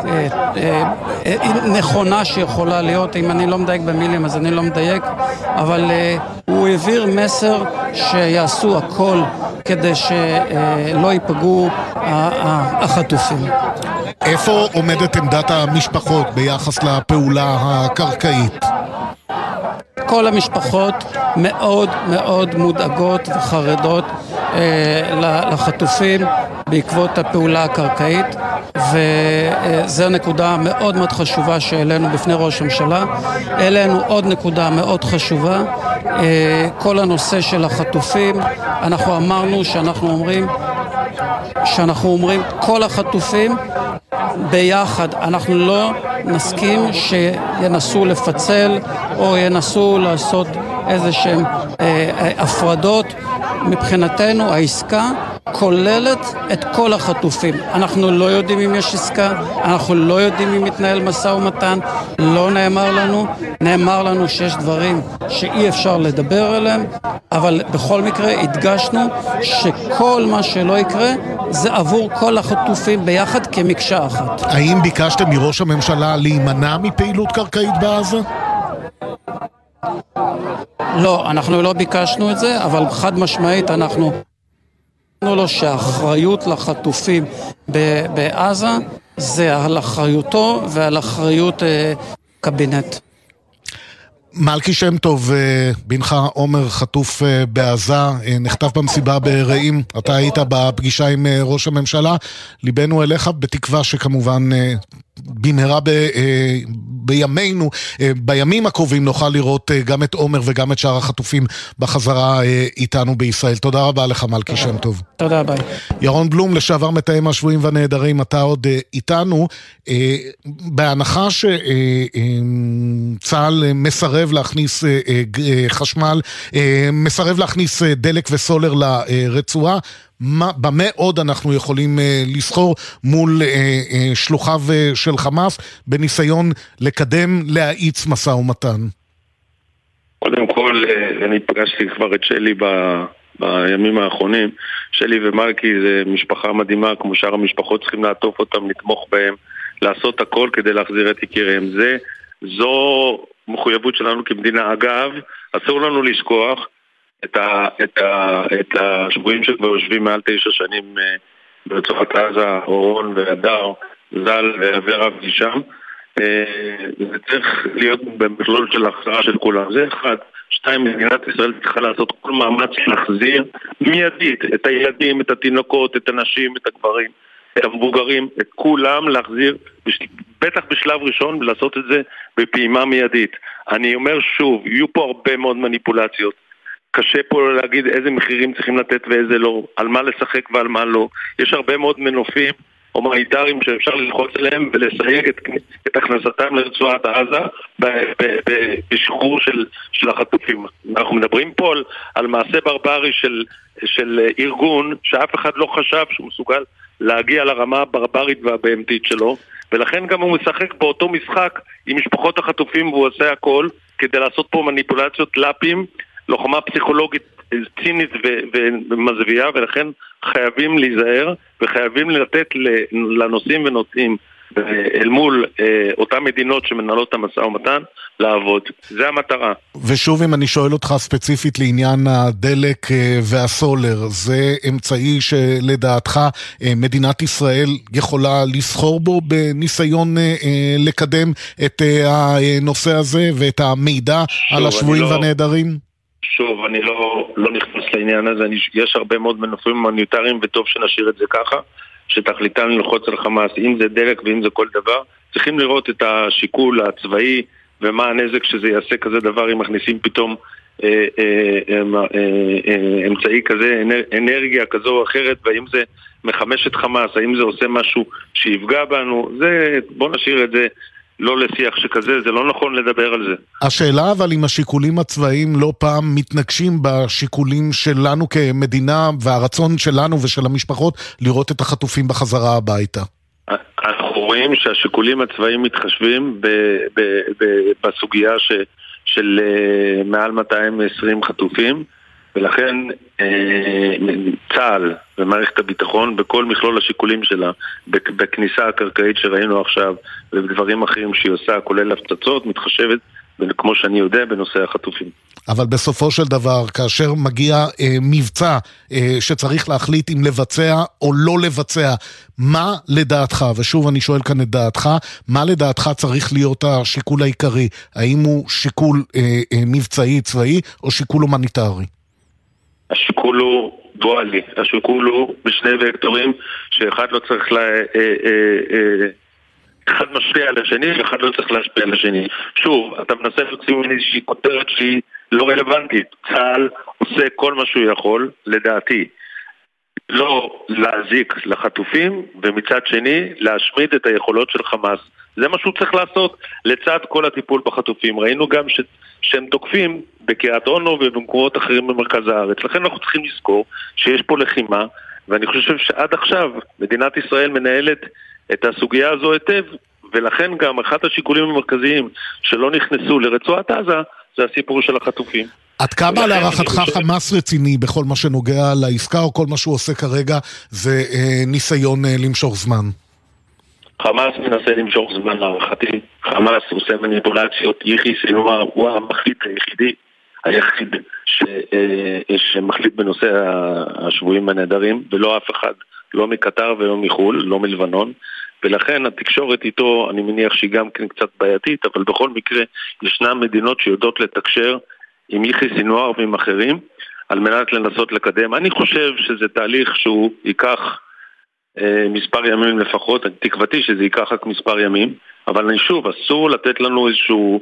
Speaker 13: נכונה שיכולה להיות. אם אני לא מדייק במילים אז אני לא מדייק, אבל הוא העביר מסר שיעשו הכל כדי שלא ייפגעו החטופים.
Speaker 3: איפה עומדת עמדת המשפחות ביחס לפעולה הקרקעית?
Speaker 13: כל המשפחות מאוד מאוד מודאגות וחרדות אה, לחטופים בעקבות הפעולה הקרקעית, וזו נקודה מאוד מאוד חשובה שהעלינו בפני ראש הממשלה. העלינו עוד נקודה מאוד חשובה, אה, כל הנושא של החטופים. אנחנו אמרנו שאנחנו אומרים שאנחנו אומרים כל החטופים ביחד, אנחנו לא נסכים שינסו לפצל או ינסו לעשות איזה שהם אה, הפרדות. מבחינתנו העסקה כוללת את כל החטופים. אנחנו לא יודעים אם יש עסקה, אנחנו לא יודעים אם מתנהל משא ומתן, לא נאמר לנו, נאמר לנו שיש דברים שאי אפשר לדבר עליהם, אבל בכל מקרה הדגשנו שכל מה שלא יקרה זה עבור כל החטופים ביחד כמקשה אחת.
Speaker 3: האם ביקשתם מראש הממשלה להימנע מפעילות קרקעית בעזה?
Speaker 13: לא, אנחנו לא ביקשנו את זה, אבל חד משמעית אנחנו אמרנו לו שהאחריות לחטופים בעזה זה על אחריותו ועל אחריות אה, קבינט.
Speaker 3: מלכי שם טוב, בנך עומר חטוף בעזה, נחטף במסיבה ברעים, אתה היית בפגישה עם ראש הממשלה, ליבנו אליך בתקווה שכמובן במהרה ב, בימינו, בימים הקרובים נוכל לראות גם את עומר וגם את שאר החטופים בחזרה איתנו בישראל. תודה רבה לך מלכי שם טוב.
Speaker 13: תודה רבה.
Speaker 3: ירון בלום, לשעבר מתאם השבויים והנעדרים, אתה עוד איתנו, בהנחה שצה"ל מסרב להכניס חשמל, מסרב להכניס דלק וסולר לרצועה, במה עוד אנחנו יכולים לסחור מול שלוחיו של חמאס בניסיון לקדם, להאיץ משא ומתן?
Speaker 12: קודם כל, אני פגשתי כבר את שלי ב... בימים האחרונים. שלי ומלכי זה משפחה מדהימה, כמו שאר המשפחות צריכים לעטוף אותם, לתמוך בהם, לעשות הכל כדי להחזיר את יקיריהם. זה, זו מחויבות שלנו כמדינה. אגב, אסור לנו לשכוח את, ה, את, ה, את השבויים שכבר יושבים מעל תשע שנים ברצועת עזה, אורון והדר, זל ואברה ושם. זה צריך להיות במכלול של החזרה של כולם. זה אחד. שתיים, מדינת ישראל צריכה לעשות כל מאמץ להחזיר מיידית את הילדים, את התינוקות, את הנשים, את הגברים, את המבוגרים, את כולם להחזיר, בטח בשלב ראשון, ולעשות את זה בפעימה מיידית. אני אומר שוב, יהיו פה הרבה מאוד מניפולציות. קשה פה להגיד איזה מחירים צריכים לתת ואיזה לא, על מה לשחק ועל מה לא. יש הרבה מאוד מנופים הומניטריים שאפשר ללחוץ עליהם ולסייג את, את הכנסתם לרצועת עזה בשחרור של, של החטופים. אנחנו מדברים פה על, על מעשה ברברי של, של ארגון שאף אחד לא חשב שהוא מסוגל להגיע לרמה הברברית והבהמתית שלו, ולכן גם הוא משחק באותו משחק עם משפחות החטופים, והוא עושה הכל כדי לעשות פה מניפולציות, לפים, לוחמה פסיכולוגית צינית ומזוויעה, ולכן חייבים להיזהר וחייבים לתת לנושאים ונושאים אל מול אותן מדינות שמנהלות את המשא ומתן לעבוד. זה המטרה.
Speaker 3: ושוב, אם אני שואל אותך ספציפית לעניין הדלק והסולר, זה אמצעי שלדעתך מדינת ישראל יכולה לסחור בו בניסיון לקדם את הנושא הזה ואת המידע על השבויים והנעדרים?
Speaker 12: שוב, אני לא, לא נכנס לעניין הזה, אני, יש הרבה מאוד מנופים הומניטריים וטוב שנשאיר את זה ככה, שתכליתם ללחוץ על חמאס, אם זה דלק ואם זה כל דבר, צריכים לראות את השיקול הצבאי ומה הנזק שזה יעשה כזה דבר אם מכניסים פתאום אה, אה, אה, אה, אה, אמצעי כזה, אנר, אנרגיה כזו או אחרת, והאם זה מחמש את חמאס, האם זה עושה משהו שיפגע בנו, זה, בוא נשאיר את זה לא לשיח שכזה, זה לא נכון לדבר על זה.
Speaker 3: השאלה אבל אם השיקולים הצבאיים לא פעם מתנגשים בשיקולים שלנו כמדינה, והרצון שלנו ושל המשפחות לראות את החטופים בחזרה הביתה.
Speaker 12: אנחנו רואים שהשיקולים הצבאיים מתחשבים ב, ב, ב, בסוגיה ש, של uh, מעל מאתיים ועשרים חטופים, ולכן אה, צה"ל ומערכת הביטחון בכל מכלול השיקולים שלה, בכניסה הקרקעית שראינו עכשיו ובדברים אחרים שהיא עושה, כולל הפצצות, מתחשבת, כמו שאני יודע, בנושא החטופים.
Speaker 3: אבל בסופו של דבר, כאשר מגיע אה, מבצע אה, שצריך להחליט אם לבצע או לא לבצע, מה לדעתך, ושוב אני שואל כאן את דעתך, מה לדעתך צריך להיות השיקול העיקרי? האם הוא שיקול אה, אה, מבצעי צבאי או שיקול הומניטרי?
Speaker 12: השיקול הוא דואלי, השיקול הוא בשני וקטורים שאחד לא צריך לה... אה, אה, אה, אחד משפיע על השני ואחד לא צריך להשפיע על השני. שוב, אתה מנסה להוציא ממני איזושהי כותרת שהיא לא רלוונטית. צה"ל עושה כל מה שהוא יכול, לדעתי, לא להזיק לחטופים, ומצד שני להשמיד את היכולות של חמאס. זה מה שהוא צריך לעשות לצד כל הטיפול בחטופים. ראינו גם ש... שהם תוקפים בקריית אונו ובמקומות אחרים במרכז הארץ. לכן אנחנו צריכים לזכור שיש פה לחימה, ואני חושב שעד עכשיו מדינת ישראל מנהלת את הסוגיה הזו היטב, ולכן גם אחד השיקולים המרכזיים שלא נכנסו לרצועת עזה זה הסיפור של החטופים.
Speaker 3: עד כמה להערכתך חמאס רציני בכל מה שנוגע לעסקה, או כל מה שהוא עושה כרגע זה אה, ניסיון אה, למשוך זמן?
Speaker 12: חמאס מנסה למשוך זמן להערכתי. חמאס עושה מניפולציות. יחיא סינואר הוא המחליט היחידי היחיד ש, אה, שמחליט בנושא השבויים הנהדרים, ולא אף אחד, לא מקטר ולא מחול, לא מלבנון, ולכן התקשורת איתו, אני מניח שהיא גם כן קצת בעייתית, אבל בכל מקרה ישנן מדינות שיודעות לתקשר עם יחיא סינואר ועם אחרים, על מנת לנסות לקדם. אני חושב שזה תהליך שהוא ייקח אה, מספר ימים לפחות, תקוותי שזה ייקח רק מספר ימים, אבל אני שוב, אסור לתת לנו איזשהו,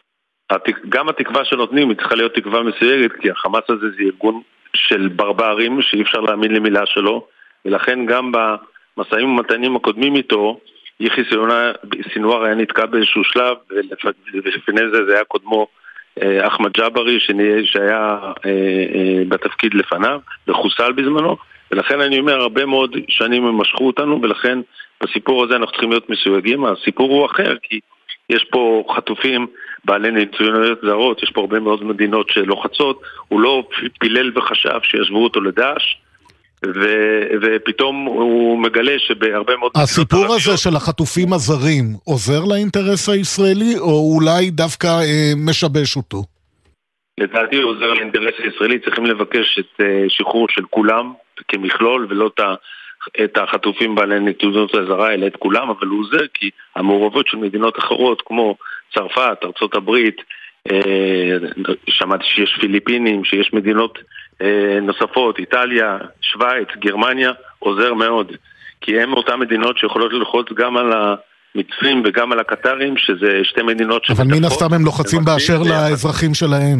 Speaker 12: גם התקווה שנותנים היא צריכה להיות תקווה מסויגת, כי החמאס הזה זה ארגון של ברברים שאי אפשר להאמין למילה שלו, ולכן גם במשאים ומתנים הקודמים איתו, יחיא סינואר היה נתקע באיזשהו שלב, ולפני זה זה היה קודמו אחמד ג'אברי, שהיה בתפקיד לפניו, וחוסל בזמנו, ולכן אני אומר, הרבה מאוד שנים הם משכו אותנו, ולכן בסיפור הזה אנחנו צריכים להיות מסויגים. הסיפור הוא אחר, כי יש פה חטופים בעלי נציוניות זרות, יש פה הרבה מאוד מדינות שלוחצות, הוא לא פילל וחשב שישבו אותו לדאעש, ו- ופתאום הוא מגלה שבהרבה מאוד...
Speaker 3: הסיפור הזה של החטופים הזרים עוזר לאינטרס הישראלי, או אולי דווקא אה, משבש אותו?
Speaker 12: לדעתי הוא עוזר לאינטרס הישראלי, צריכים לבקש את אה, שחרור של כולם כמכלול, ולא את, ה- את החטופים בעלי נציוניות הזרה, אלא את כולם, אבל הוא עוזר כי המעורבות של מדינות אחרות, כמו צרפת, ארצות הברית, אה, שמעתי שיש פיליפינים, שיש מדינות נוספות, איטליה, שוויץ, גרמניה, עוזר מאוד. כי הם אותן מדינות שיכולות ללחוץ גם על המצרים וגם על הקטרים, שזה שתי מדינות
Speaker 3: אבל מן הסתם הם לוחצים באשר לאזרחים שלהם.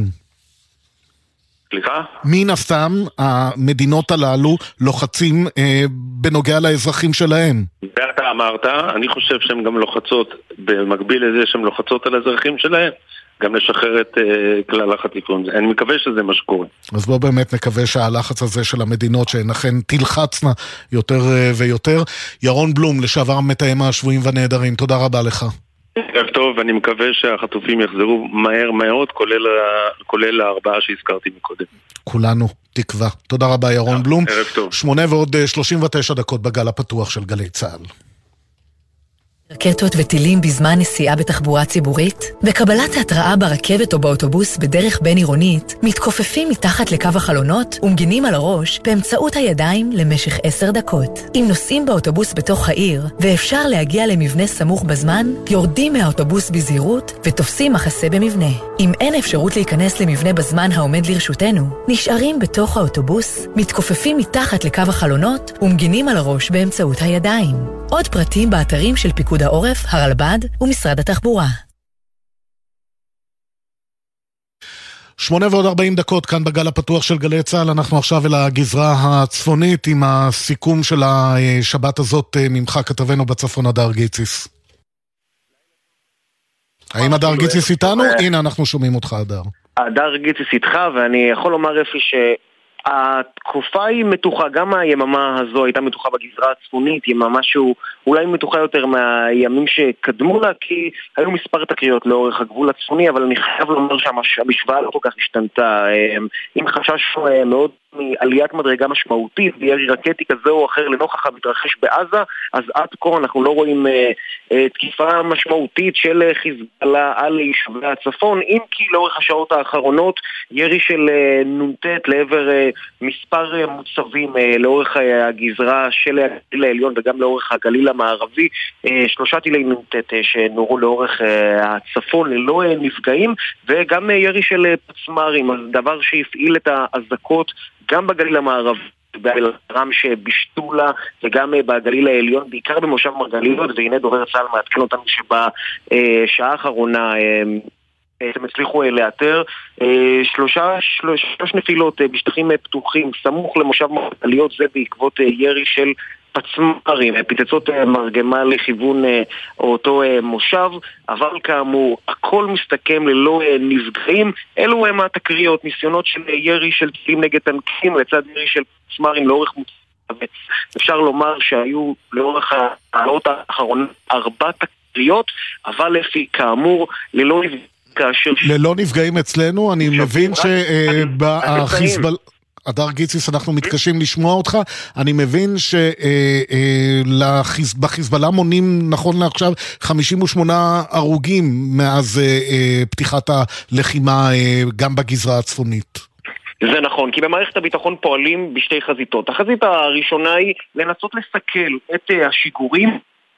Speaker 12: סליחה?
Speaker 3: מן הסתם המדינות הללו לוחצים אה, בנוגע לאזרחים שלהם.
Speaker 12: ואתה אמרת, אני חושב שהן גם לוחצות, במקביל לזה שהן לוחצות על האזרחים שלהם, גם לשחרר את uh, כלל החטיפות. אני מקווה שזה מה שקורה.
Speaker 3: אז בוא באמת נקווה שהלחץ הזה של המדינות שהן אכן תלחצנה יותר uh, ויותר. ירון בלום, לשעבר מתאם השבויים והנעדרים, תודה רבה לך.
Speaker 12: ערב טוב, אני מקווה שהחטופים יחזרו מהר מאוד, כולל, כולל הארבעה שהזכרתי מקודם.
Speaker 3: כולנו תקווה. תודה רבה ירון בלום.
Speaker 12: ערב טוב.
Speaker 3: שמונה ועוד שלושים ותשע דקות בגל הפתוח של גלי צה"ל.
Speaker 14: רקטות וטילים בזמן נסיעה בתחבורה ציבורית? בקבלת ההתראה ברכבת או באוטובוס בדרך בין עירונית, מתכופפים מתחת לקו החלונות ומגינים על הראש באמצעות הידיים למשך עשר דקות. אם נוסעים באוטובוס בתוך העיר ואפשר להגיע למבנה סמוך בזמן, יורדים מהאוטובוס בזהירות ותופסים מחסה במבנה. אם אין אפשרות להיכנס למבנה בזמן העומד לרשותנו, נשארים בתוך האוטובוס, מתכופפים מתחת לקו החלונות ומגינים על הראש באמצעות הידיים. עוד פרטים באתרים של פיקוד העורף, הרלב"ד ומשרד התחבורה.
Speaker 3: שמונה ועוד ארבעים דקות כאן בגל הפתוח של גלי צהל. אנחנו עכשיו אל הגזרה הצפונית עם הסיכום של השבת הזאת ממך כתבנו בצפון הדר גיציס. האם הדר גיציס איתנו? הנה אנחנו שומעים אותך הדר.
Speaker 15: הדר גיציס איתך, ואני יכול לומר אפי ש... התקופה היא מתוחה, גם היממה הזו הייתה מתוחה בגזרה הצפונית, היא ממש אולי מתוחה יותר מהימים שקדמו לה, כי היו מספר תקריות לאורך הגבול הצפוני, אבל אני חייב לומר שהמשוואה לא כל כך השתנתה. אם חשש מאוד מעליית מדרגה משמעותית בירי רקטי כזה או אחר לנוכח המתרחש בעזה, אז עד כה אנחנו לא רואים אה, תקיפה משמעותית של חיזבאללה על יישובי הצפון, אם כי לאורך השעות האחרונות ירי של אה, נונטט לעבר אה, מספר אה, מוצבים אה, לאורך אה, הגזרה של הגליל העליון וגם לאורך הגליל המערבי, אה, שלושה טילי נונטט אה, שנורו לאורך אה, הצפון ללא אה, נפגעים, וגם אה, ירי של אה, פצמ"רים, אז דבר שהפעיל את האזעקות גם בגליל המערבי, ברם שבשתולה וגם בגליל העליון, בעיקר במושב מרגליות, והנה דובר צה"ל מעדכן אותנו שבשעה האחרונה הם הצליחו לאתר שלושה, שלוש, שלוש נפילות בשטחים פתוחים סמוך למושב מרגליות, זה בעקבות ירי של פצמ"רים, פיצצות מרגמה לכיוון אותו מושב, אבל כאמור הכל מסתכם ללא נפגעים. אלו הם התקריות, ניסיונות של ירי של טילים נגד טנקים לצד ירי של פצמ"רים לאורך מוצב. אפשר לומר שהיו לאורך העלות האחרונה ארבע תקריות, אבל לפי כאמור ללא נפגעים. כאשר... ללא נפגעים אצלנו, אני מבין שבחיזבאללה הדר גיציס, אנחנו מתקשים לשמוע אותך. אני מבין שבחיזבאללה מונים נכון לעכשיו חמישים ושמונה הרוגים מאז פתיחת הלחימה גם בגזרה הצפונית. זה נכון, כי במערכת הביטחון פועלים בשתי חזיתות. החזית הראשונה היא לנסות לסכל את השיגורים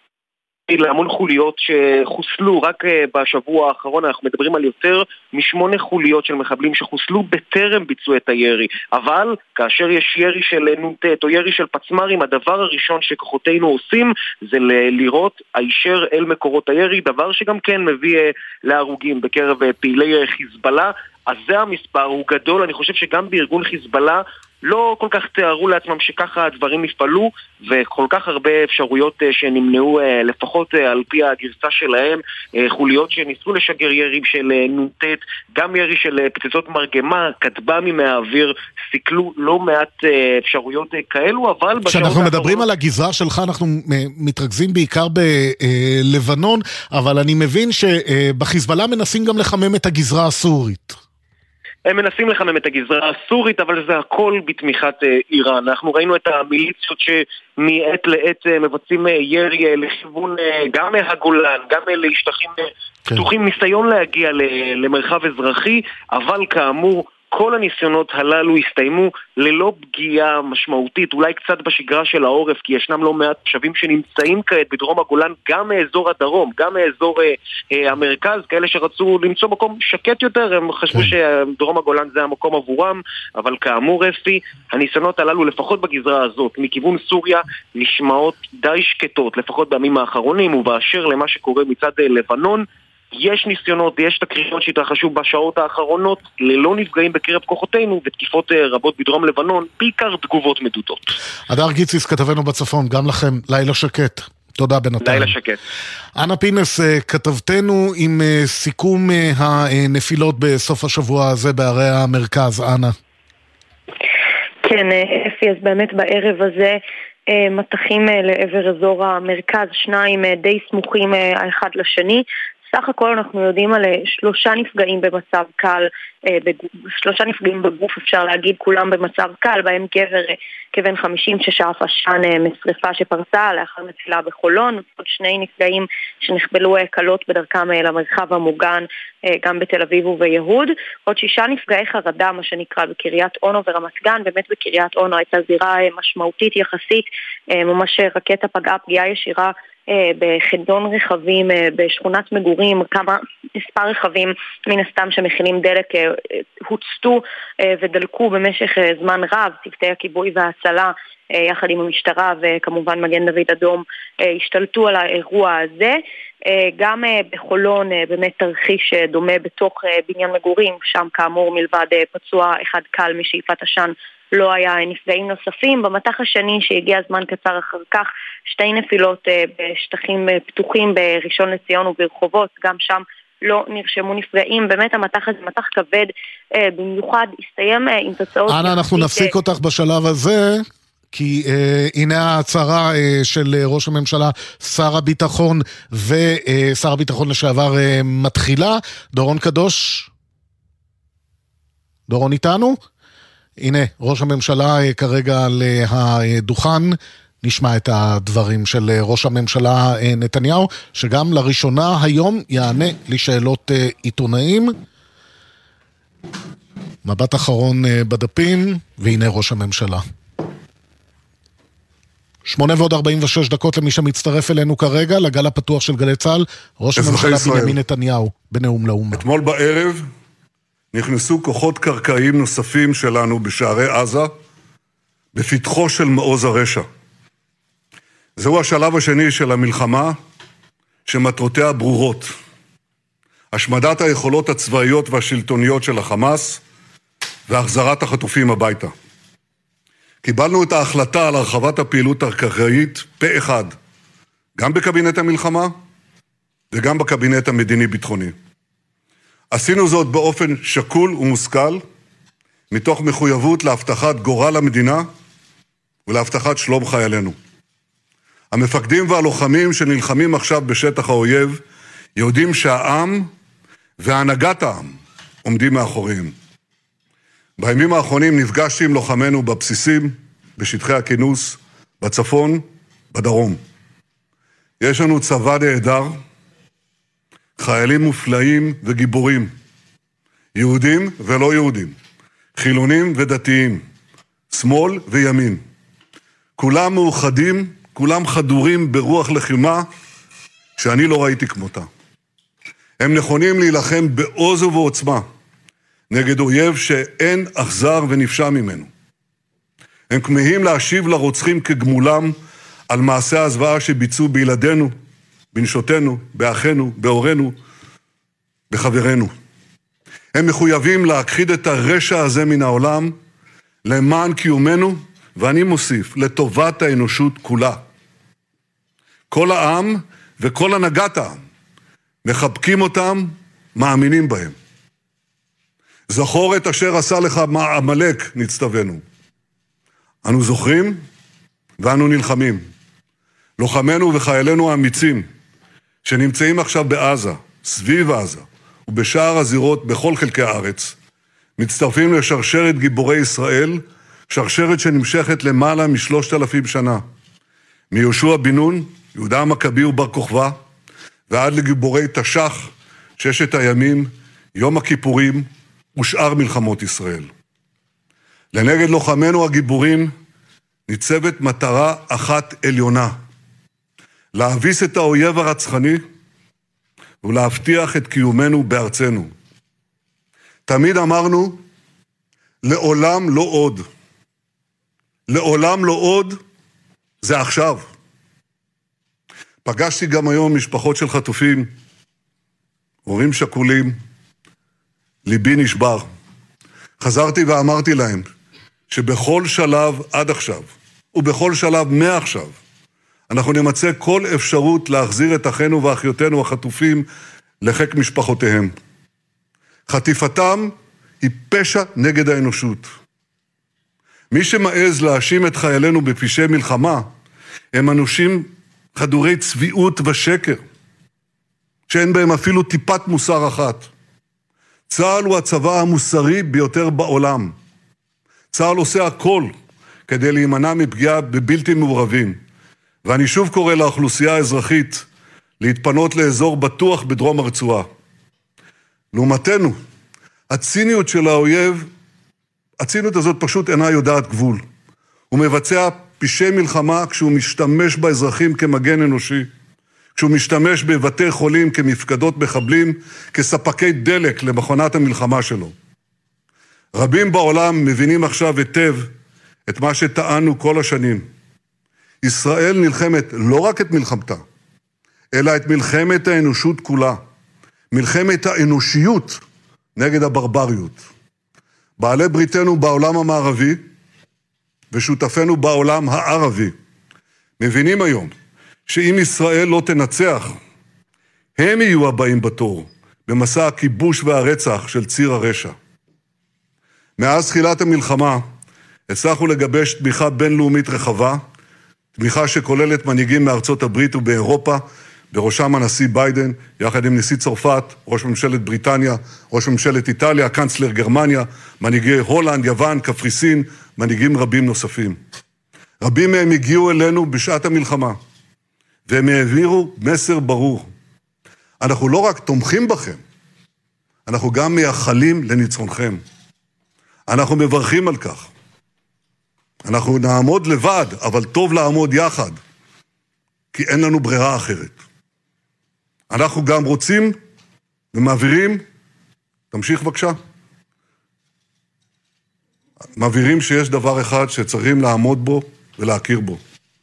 Speaker 15: להמון חוליות שחוסלו. רק בשבוע האחרון אנחנו מדברים על יותר משמונה חוליות של מחבלים שחוסלו בטרם ביצעו את הירי, אבל כאשר יש ירי של נונטט או ירי של פצמ"רים, הדבר הראשון שכוחותינו עושים זה לראות הישר אל מקורות הירי, דבר שגם כן מביא להרוגים בקרב פעילי חיזבאללה. אז זה המספר, הוא גדול. אני חושב שגם בארגון חיזבאללה לא כל כך תיארו לעצמם שככה הדברים יפעלו, וכל כך הרבה אפשרויות שנמנעו, לפחות על פי הגרסה שלהם, חוליות שניסו לשגר ירי של נונטט, גם ירי של פצצות מרגמה, כטב"מים מהאוויר, סיכלו לא מעט אפשרויות כאלו, אבל...
Speaker 3: כשאנחנו מדברים על הגזרה שלך, אנחנו מתרכזים בעיקר בלבנון, אבל אני מבין שבחיזבאללה מנסים גם לחמם את הגזרה הסורית.
Speaker 15: הם מנסים לחמם את הגזרה הסורית, אבל זה הכל בתמיכת איראן. אנחנו ראינו את המיליציות שמעת לעת מבצעים ירי לכיוון גם מהגולן, גם לשטחים פתוחים, ניסיון להגיע למרחב אזרחי, אבל כאמור כל הניסיונות הללו הסתיימו ללא פגיעה משמעותית, אולי קצת בשגרה של העורף, כי ישנם לא מעט תושבים שנמצאים כעת בדרום הגולן, גם מאזור הדרום, גם מאזור אה, המרכז, כאלה שרצו למצוא מקום שקט יותר, הם חשבו שדרום הגולן זה המקום עבורם, אבל כאמור אפי, הניסיונות הללו, לפחות בגזרה הזאת, מכיוון סוריה, נשמעות די שקטות, לפחות בימים האחרונים, ובאשר למה שקורה מצד לבנון, יש ניסיונות ויש תקריות שהתרחשו בשעות האחרונות ללא נפגעים בקרב כוחותינו, ותקיפות רבות בדרום לבנון, בעיקר תגובות מדודות.
Speaker 3: הדר גיציס, כתבנו בצפון, גם לכם לילה שקט. תודה בינתיים.
Speaker 15: לילה שקט.
Speaker 3: אנה פינס, כתבתנו עם סיכום הנפילות בסוף השבוע הזה בערי המרכז. אנה.
Speaker 16: כן, אפי, אז באמת בערב הזה מתחים לעבר אזור המרכז, שניים די סמוכים האחד לשני, סך הכל אנחנו יודעים על שלושה נפגעים במצב קל, שלושה נפגעים בגוף אפשר להגיד, כולם במצב קל, בהם גבר כבן חמישים ששאף עשן משריפה שפרצה לאחר נפילה בחולון, עוד שני נפגעים שנחבלו קלות בדרכם למרחב המוגן גם בתל אביב וביהוד, עוד שישה נפגעי חרדה מה שנקרא בקריית אונו ורמת גן, באמת בקריית אונו הייתה זירה משמעותית יחסית, ממש רקטה פגעה פגיעה ישירה בחדון רכבים בשכונת מגורים, כמה מספר רכבים מן הסתם שמכילים דלק הוצתו ודלקו במשך זמן רב, צוותי הכיבוי וההצלה יחד עם המשטרה וכמובן מגן דוד אדום השתלטו על האירוע הזה. גם בחולון באמת תרחיש דומה בתוך בניין מגורים, שם כאמור מלבד פצוע אחד קל משאיפת עשן לא היה נפגעים נוספים. במתח השני שהגיע זמן קצר אחר כך שתי נפילות בשטחים פתוחים בראשון לציון וברחובות, גם שם לא נרשמו נפגעים. באמת המתח הזה מתח כבד במיוחד, הסתיים עם תוצאות.
Speaker 3: אנה, אנחנו נפסיק אותך בשלב הזה, כי אה, הנה ההצהרה אה, של ראש הממשלה, שר הביטחון ושר אה, הביטחון לשעבר אה, מתחילה. דורון קדוש, דורון איתנו? הנה, ראש הממשלה אה, כרגע על הדוכן, נשמע את הדברים של אה, ראש הממשלה אה, נתניהו, שגם לראשונה היום יענה לשאלות אה, עיתונאים. מבט אחרון אה, בדפים, והנה ראש הממשלה. שמונה ועוד ארבעים ושש דקות למי שמצטרף אלינו כרגע, לגל הפתוח של גלי צהל, ראש הממשלה בנימין נתניהו, בנאום לאומה.
Speaker 17: אתמול בערב נכנסו כוחות קרקעיים נוספים שלנו בשערי עזה, בפתחו של מעוז הרשע. זהו השלב השני של המלחמה, שמטרותיה ברורות. השמדת היכולות הצבאיות והשלטוניות של החמאס, והחזרת החטופים הביתה. קיבלנו את ההחלטה על הרחבת הפעילות הקרקעית פה אחד, גם בקבינט המלחמה וגם בקבינט המדיני-ביטחוני. עשינו זאת באופן שקול ומושכל, מתוך מחויבות להבטחת גורל המדינה ולהבטחת שלום חיילינו. המפקדים והלוחמים שנלחמים עכשיו בשטח האויב, יודעים שהעם והנהגת העם עומדים מאחוריהם. בימים האחרונים נפגשתי עם לוחמינו בבסיסים, בשטחי הכינוס, בצפון, בדרום. יש לנו צבא נהדר, חיילים מופלאים וגיבורים, יהודים ולא יהודים, חילונים ודתיים, שמאל וימין. כולם מאוחדים, כולם חדורים ברוח לחימה שאני לא ראיתי כמותה. הם נכונים להילחם בעוז ובעוצמה, נגד אויב שאין אכזר ונפשע ממנו. הם כמהים להשיב לרוצחים כגמולם על מעשי הזוועה שביצעו בילדינו, בנשותינו, באחינו, בהורינו, בחברינו. הם מחויבים להכחיד את הרשע הזה מן העולם, למען קיומנו, ואני מוסיף, לטובת האנושות כולה. כל העם וכל הנהגת העם מחבקים אותם, מאמינים בהם. זכור את אשר עשה לך עמלק, נצטווינו. אנו זוכרים ואנו נלחמים. לוחמינו וחיילינו האמיצים, שנמצאים עכשיו בעזה, סביב עזה, ובשאר הזירות בכל חלקי הארץ, מצטרפים לשרשרת גיבורי ישראל, שרשרת שנמשכת למעלה משלושת אלפים שנה. מיהושע בן נון, יהודה המכבי ובר כוכבא, ועד לגיבורי תש"ח, ששת הימים, יום הכיפורים, ושאר מלחמות ישראל. לנגד לוחמינו הגיבורים ניצבת מטרה אחת עליונה, להביס את האויב הרצחני ולהבטיח את קיומנו בארצנו. תמיד אמרנו, לעולם לא עוד. לעולם לא עוד, זה עכשיו. פגשתי גם היום משפחות של חטופים, הורים שכולים, ליבי נשבר. חזרתי ואמרתי להם שבכל שלב עד עכשיו, ובכל שלב מעכשיו, אנחנו נמצא כל אפשרות להחזיר את אחינו ואחיותינו החטופים לחיק משפחותיהם. חטיפתם היא פשע נגד האנושות. מי שמעז להאשים את חיילינו בפשעי מלחמה, הם אנושים חדורי צביעות ושקר, שאין בהם אפילו טיפת מוסר אחת. צה"ל הוא הצבא המוסרי ביותר בעולם. צה"ל עושה הכל כדי להימנע מפגיעה בבלתי מעורבים. ואני שוב קורא לאוכלוסייה האזרחית להתפנות לאזור בטוח בדרום הרצועה. לעומתנו, הציניות של האויב, הציניות הזאת פשוט אינה יודעת גבול. הוא מבצע פשעי מלחמה כשהוא משתמש באזרחים כמגן אנושי, כשהוא משתמש בבתי חולים כמפקדות מחבלים, כספקי דלק למכונת המלחמה שלו. רבים בעולם מבינים עכשיו היטב את מה שטענו כל השנים. ישראל נלחמת לא רק את מלחמתה, אלא את מלחמת האנושות כולה. מלחמת האנושיות נגד הברבריות. בעלי בריתנו בעולם המערבי ושותפינו בעולם הערבי מבינים היום שאם ישראל לא תנצח, הם יהיו הבאים בתור במסע הכיבוש והרצח של ציר הרשע. מאז תחילת המלחמה הצלחנו לגבש תמיכה בינלאומית רחבה, תמיכה שכוללת מנהיגים מארצות הברית ובאירופה, בראשם הנשיא ביידן, יחד עם נשיא צרפת, ראש ממשלת בריטניה, ראש ממשלת איטליה, קנצלר גרמניה, מנהיגי הולנד, יוון, קפריסין, מנהיגים רבים נוספים. רבים מהם הגיעו אלינו בשעת המלחמה, והם העבירו מסר ברור. אנחנו לא רק תומכים בכם, אנחנו גם מייחלים לניצחונכם. אנחנו מברכים על כך. אנחנו נעמוד לבד, אבל טוב לעמוד יחד, כי אין לנו ברירה אחרת. אנחנו גם רוצים ומעבירים, תמשיך בבקשה, מעבירים שיש דבר אחד שצריכים לעמוד בו ולהכיר בו.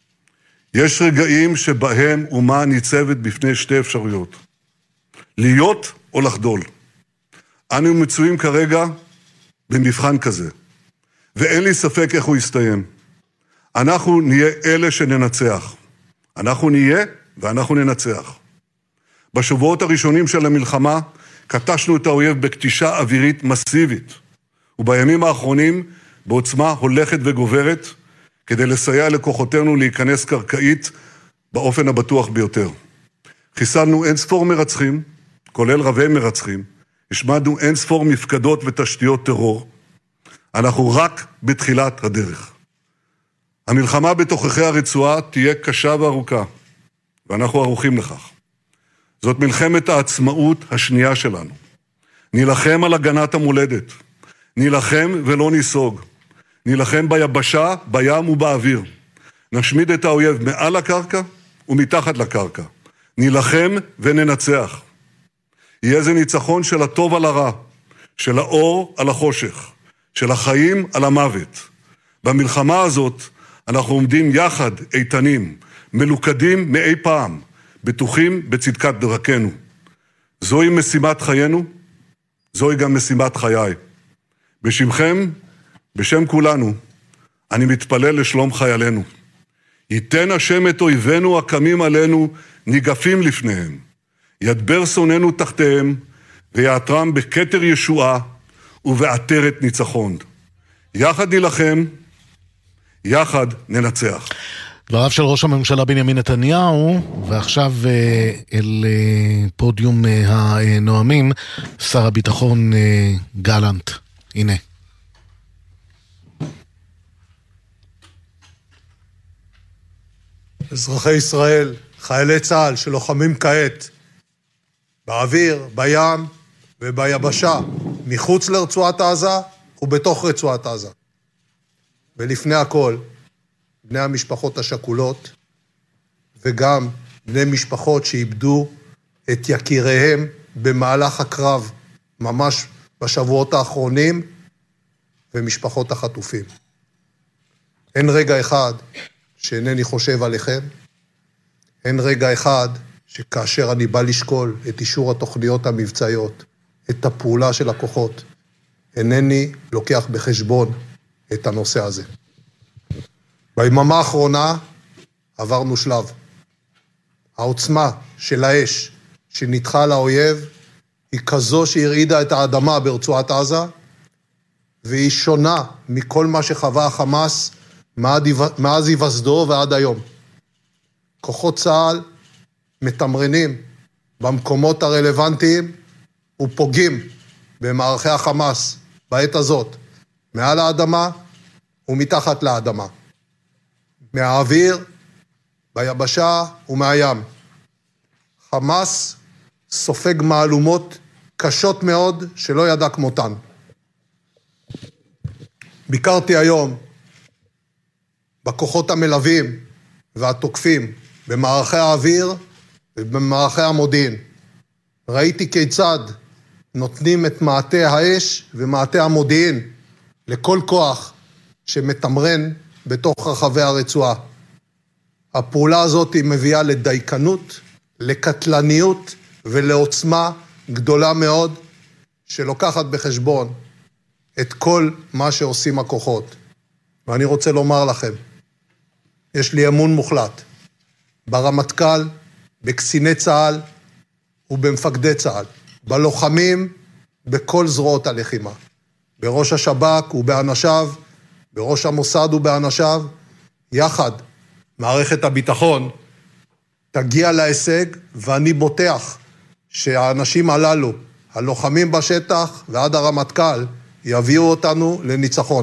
Speaker 17: יש רגעים שבהם אומה ניצבת בפני שתי אפשרויות, להיות או לחדול. אנו מצויים כרגע במבחן כזה, ואין לי ספק איך הוא יסתיים. אנחנו נהיה אלה שננצח. אנחנו נהיה ואנחנו ננצח. בשבועות הראשונים של המלחמה קטשנו את האויב בקטישה אווירית מסיבית, ובימים האחרונים בעוצמה הולכת וגוברת, כדי לסייע לכוחותינו להיכנס קרקעית באופן הבטוח ביותר. חיסלנו אין ספור מרצחים, כולל רבי מרצחים, השמדנו אין ספור מפקדות ותשתיות טרור. אנחנו רק בתחילת הדרך. המלחמה בתוככי הרצועה תהיה קשה וארוכה, ואנחנו ערוכים לכך. זאת מלחמת העצמאות השנייה שלנו. נילחם על הגנת המולדת. נילחם ולא ניסוג. נילחם ביבשה, בים ובאוויר. נשמיד את האויב מעל הקרקע ומתחת לקרקע. נילחם וננצח. יהיה זה ניצחון של הטוב על הרע, של האור על החושך, של החיים על המוות. במלחמה הזאת אנחנו עומדים יחד איתנים, מלוכדים מאי פעם, בטוחים בצדקת דרכנו. זוהי משימת חיינו, זוהי גם משימת חיי. בשמכם, בשם כולנו, אני מתפלל לשלום חיילינו. ייתן השם את אויבינו הקמים עלינו ניגפים לפניהם. ידבר שונאינו תחתיהם, ויעטרם בכתר ישועה ובעטרת ניצחון. יחד נילחם, יחד ננצח.
Speaker 3: דבריו של ראש הממשלה בנימין נתניהו, ועכשיו אל פודיום הנואמים, שר הביטחון גלנט. הנה.
Speaker 18: אזרחי ישראל, חיילי צה"ל שלוחמים כעת באוויר, בים וביבשה, מחוץ לרצועת עזה ובתוך רצועת עזה. ולפני הכל, בני המשפחות השכולות, וגם בני משפחות שאיבדו את יקיריהם במהלך הקרב, ממש בשבועות האחרונים, ומשפחות החטופים. אין רגע אחד שאינני חושב עליכם, אין רגע אחד שכאשר אני בא לשקול את אישור התוכניות המבצעיות, את הפעולה של הכוחות, אינני לוקח בחשבון את הנושא הזה. ביממה האחרונה עברנו שלב. העוצמה של האש שנדחה לאויב היא כזו שהרעידה את האדמה ברצועת עזה, והיא שונה מכל מה שחווה החמאס מאז היווסדו ועד היום. כוחות צה"ל מתמרנים במקומות הרלוונטיים ופוגעים במערכי החמאס בעת הזאת, מעל האדמה ומתחת לאדמה, מהאוויר, ביבשה ומהים. חמאס סופג מהלומות קשות מאוד שלא ידע כמותן. ביקרתי היום בכוחות המלווים והתוקפים במערכי האוויר ובמערכי המודיעין. ראיתי כיצד נותנים את מעטה האש ומעטה המודיעין לכל כוח שמתמרן בתוך רחבי הרצועה. הפעולה הזאת היא מביאה לדייקנות, לקטלניות ולעוצמה גדולה מאוד, שלוקחת בחשבון את כל מה שעושים הכוחות. ואני רוצה לומר לכם, יש לי אמון מוחלט ברמטכ"ל, בקציני צה"ל ובמפקדי צה"ל, בלוחמים בכל זרועות הלחימה, בראש השב"כ ובאנשיו, בראש המוסד ובאנשיו, יחד מערכת הביטחון תגיע להישג, ואני בוטח שהאנשים הללו, הלוחמים בשטח ועד הרמטכ"ל, יביאו אותנו לניצחון.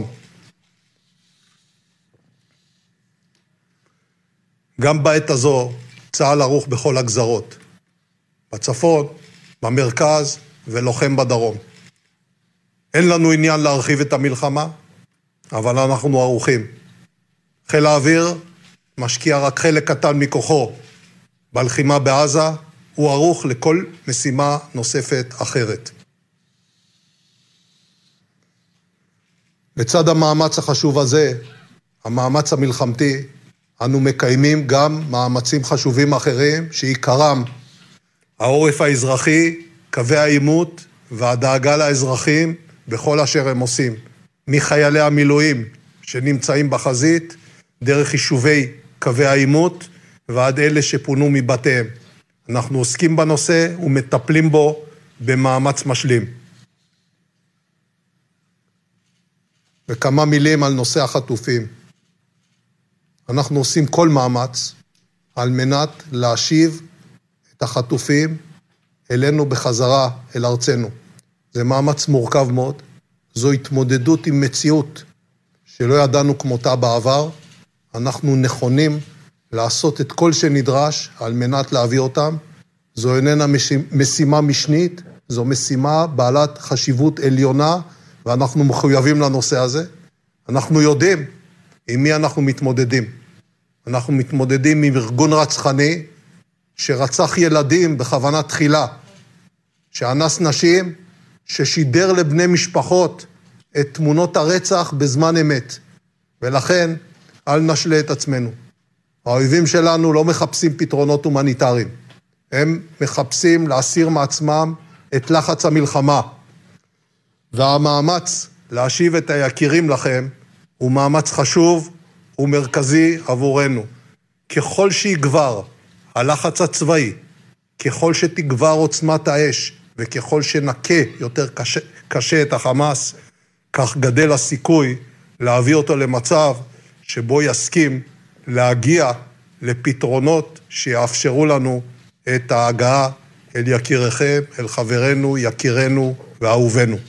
Speaker 18: גם בעת הזו צה"ל ערוך בכל הגזרות, בצפון, במרכז ולוחם בדרום. אין לנו עניין להרחיב את המלחמה, אבל אנחנו ערוכים. חיל האוויר משקיע רק חלק קטן מכוחו בלחימה בעזה, הוא ערוך לכל משימה נוספת אחרת. לצד המאמץ החשוב הזה, המאמץ המלחמתי, אנו מקיימים גם מאמצים חשובים אחרים, שעיקרם העורף האזרחי, קווי העימות והדאגה לאזרחים בכל אשר הם עושים. מחיילי המילואים שנמצאים בחזית, דרך יישובי קווי העימות ועד אלה שפונו מבתיהם. אנחנו עוסקים בנושא ומטפלים בו במאמץ משלים. וכמה מילים על נושא החטופים. אנחנו עושים כל מאמץ על מנת להשיב את החטופים אלינו בחזרה, אל ארצנו. זה מאמץ מורכב מאוד, זו התמודדות עם מציאות שלא ידענו כמותה בעבר. אנחנו נכונים לעשות את כל שנדרש על מנת להביא אותם. זו איננה משימה משנית, זו משימה בעלת חשיבות עליונה, ואנחנו מחויבים לנושא הזה. אנחנו יודעים עם מי אנחנו מתמודדים. אנחנו מתמודדים עם ארגון רצחני שרצח ילדים בכוונה תחילה, שאנס נשים, ששידר לבני משפחות את תמונות הרצח בזמן אמת. ולכן אל נשלה את עצמנו. האויבים שלנו לא מחפשים פתרונות הומניטריים. הם מחפשים להסיר מעצמם את לחץ המלחמה. והמאמץ להשיב את היקירים לכם הוא מאמץ חשוב ומרכזי עבורנו. ככל שיגבר הלחץ הצבאי, ככל שתגבר עוצמת האש, וככל שנקה יותר קשה, קשה את החמאס, כך גדל הסיכוי להביא אותו למצב שבו יסכים להגיע לפתרונות שיאפשרו לנו את ההגעה אל יקיריכם, אל חברנו, יקירנו ואהובנו.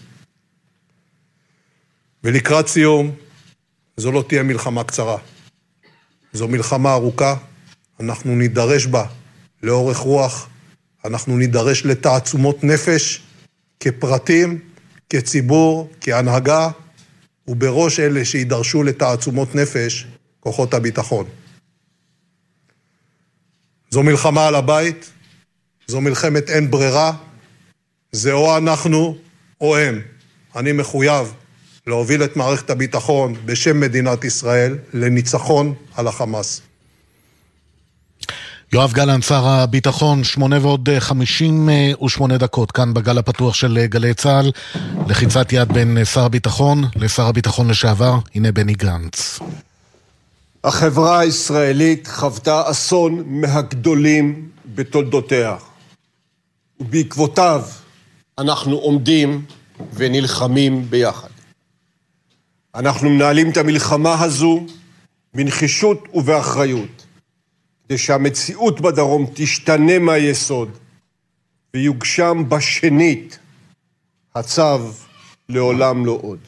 Speaker 18: ולקראת סיום, זו לא תהיה מלחמה קצרה. זו מלחמה ארוכה, אנחנו נידרש בה לאורך רוח, אנחנו נידרש לתעצומות נפש, כפרטים, כציבור, כהנהגה, ובראש אלה שידרשו לתעצומות נפש, כוחות הביטחון. זו מלחמה על הבית, זו מלחמת אין ברירה, זה או אנחנו או הם. אני מחויב להוביל את מערכת הביטחון בשם מדינת ישראל לניצחון על החמאס.
Speaker 3: יואב גלנט, שר הביטחון, שמונה ועוד חמישים ושמונה דקות, כאן בגל הפתוח של גלי צה"ל, לחיצת יד בין שר הביטחון לשר הביטחון לשעבר, הנה בני גנץ.
Speaker 19: החברה הישראלית חוותה אסון מהגדולים בתולדותיה, ובעקבותיו אנחנו עומדים ונלחמים ביחד. אנחנו מנהלים את המלחמה הזו בנחישות ובאחריות, כדי שהמציאות בדרום תשתנה מהיסוד, ויוגשם בשנית הצו לעולם לא עוד.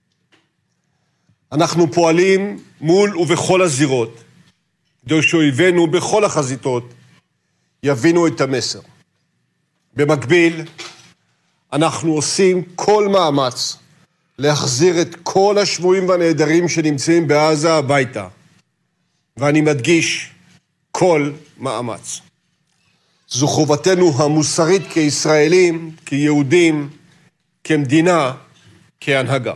Speaker 19: אנחנו פועלים מול ובכל הזירות, כדי שאויבינו בכל החזיתות יבינו את המסר. במקביל, אנחנו עושים כל מאמץ להחזיר את כל השבויים והנעדרים שנמצאים בעזה הביתה. ואני מדגיש, כל מאמץ. זו חובתנו המוסרית כישראלים, כיהודים, כמדינה, כהנהגה.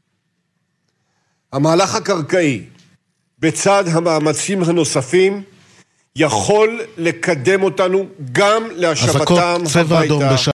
Speaker 19: המהלך הקרקעי, בצד המאמצים הנוספים, יכול לקדם אותנו גם להשבתם הביתה.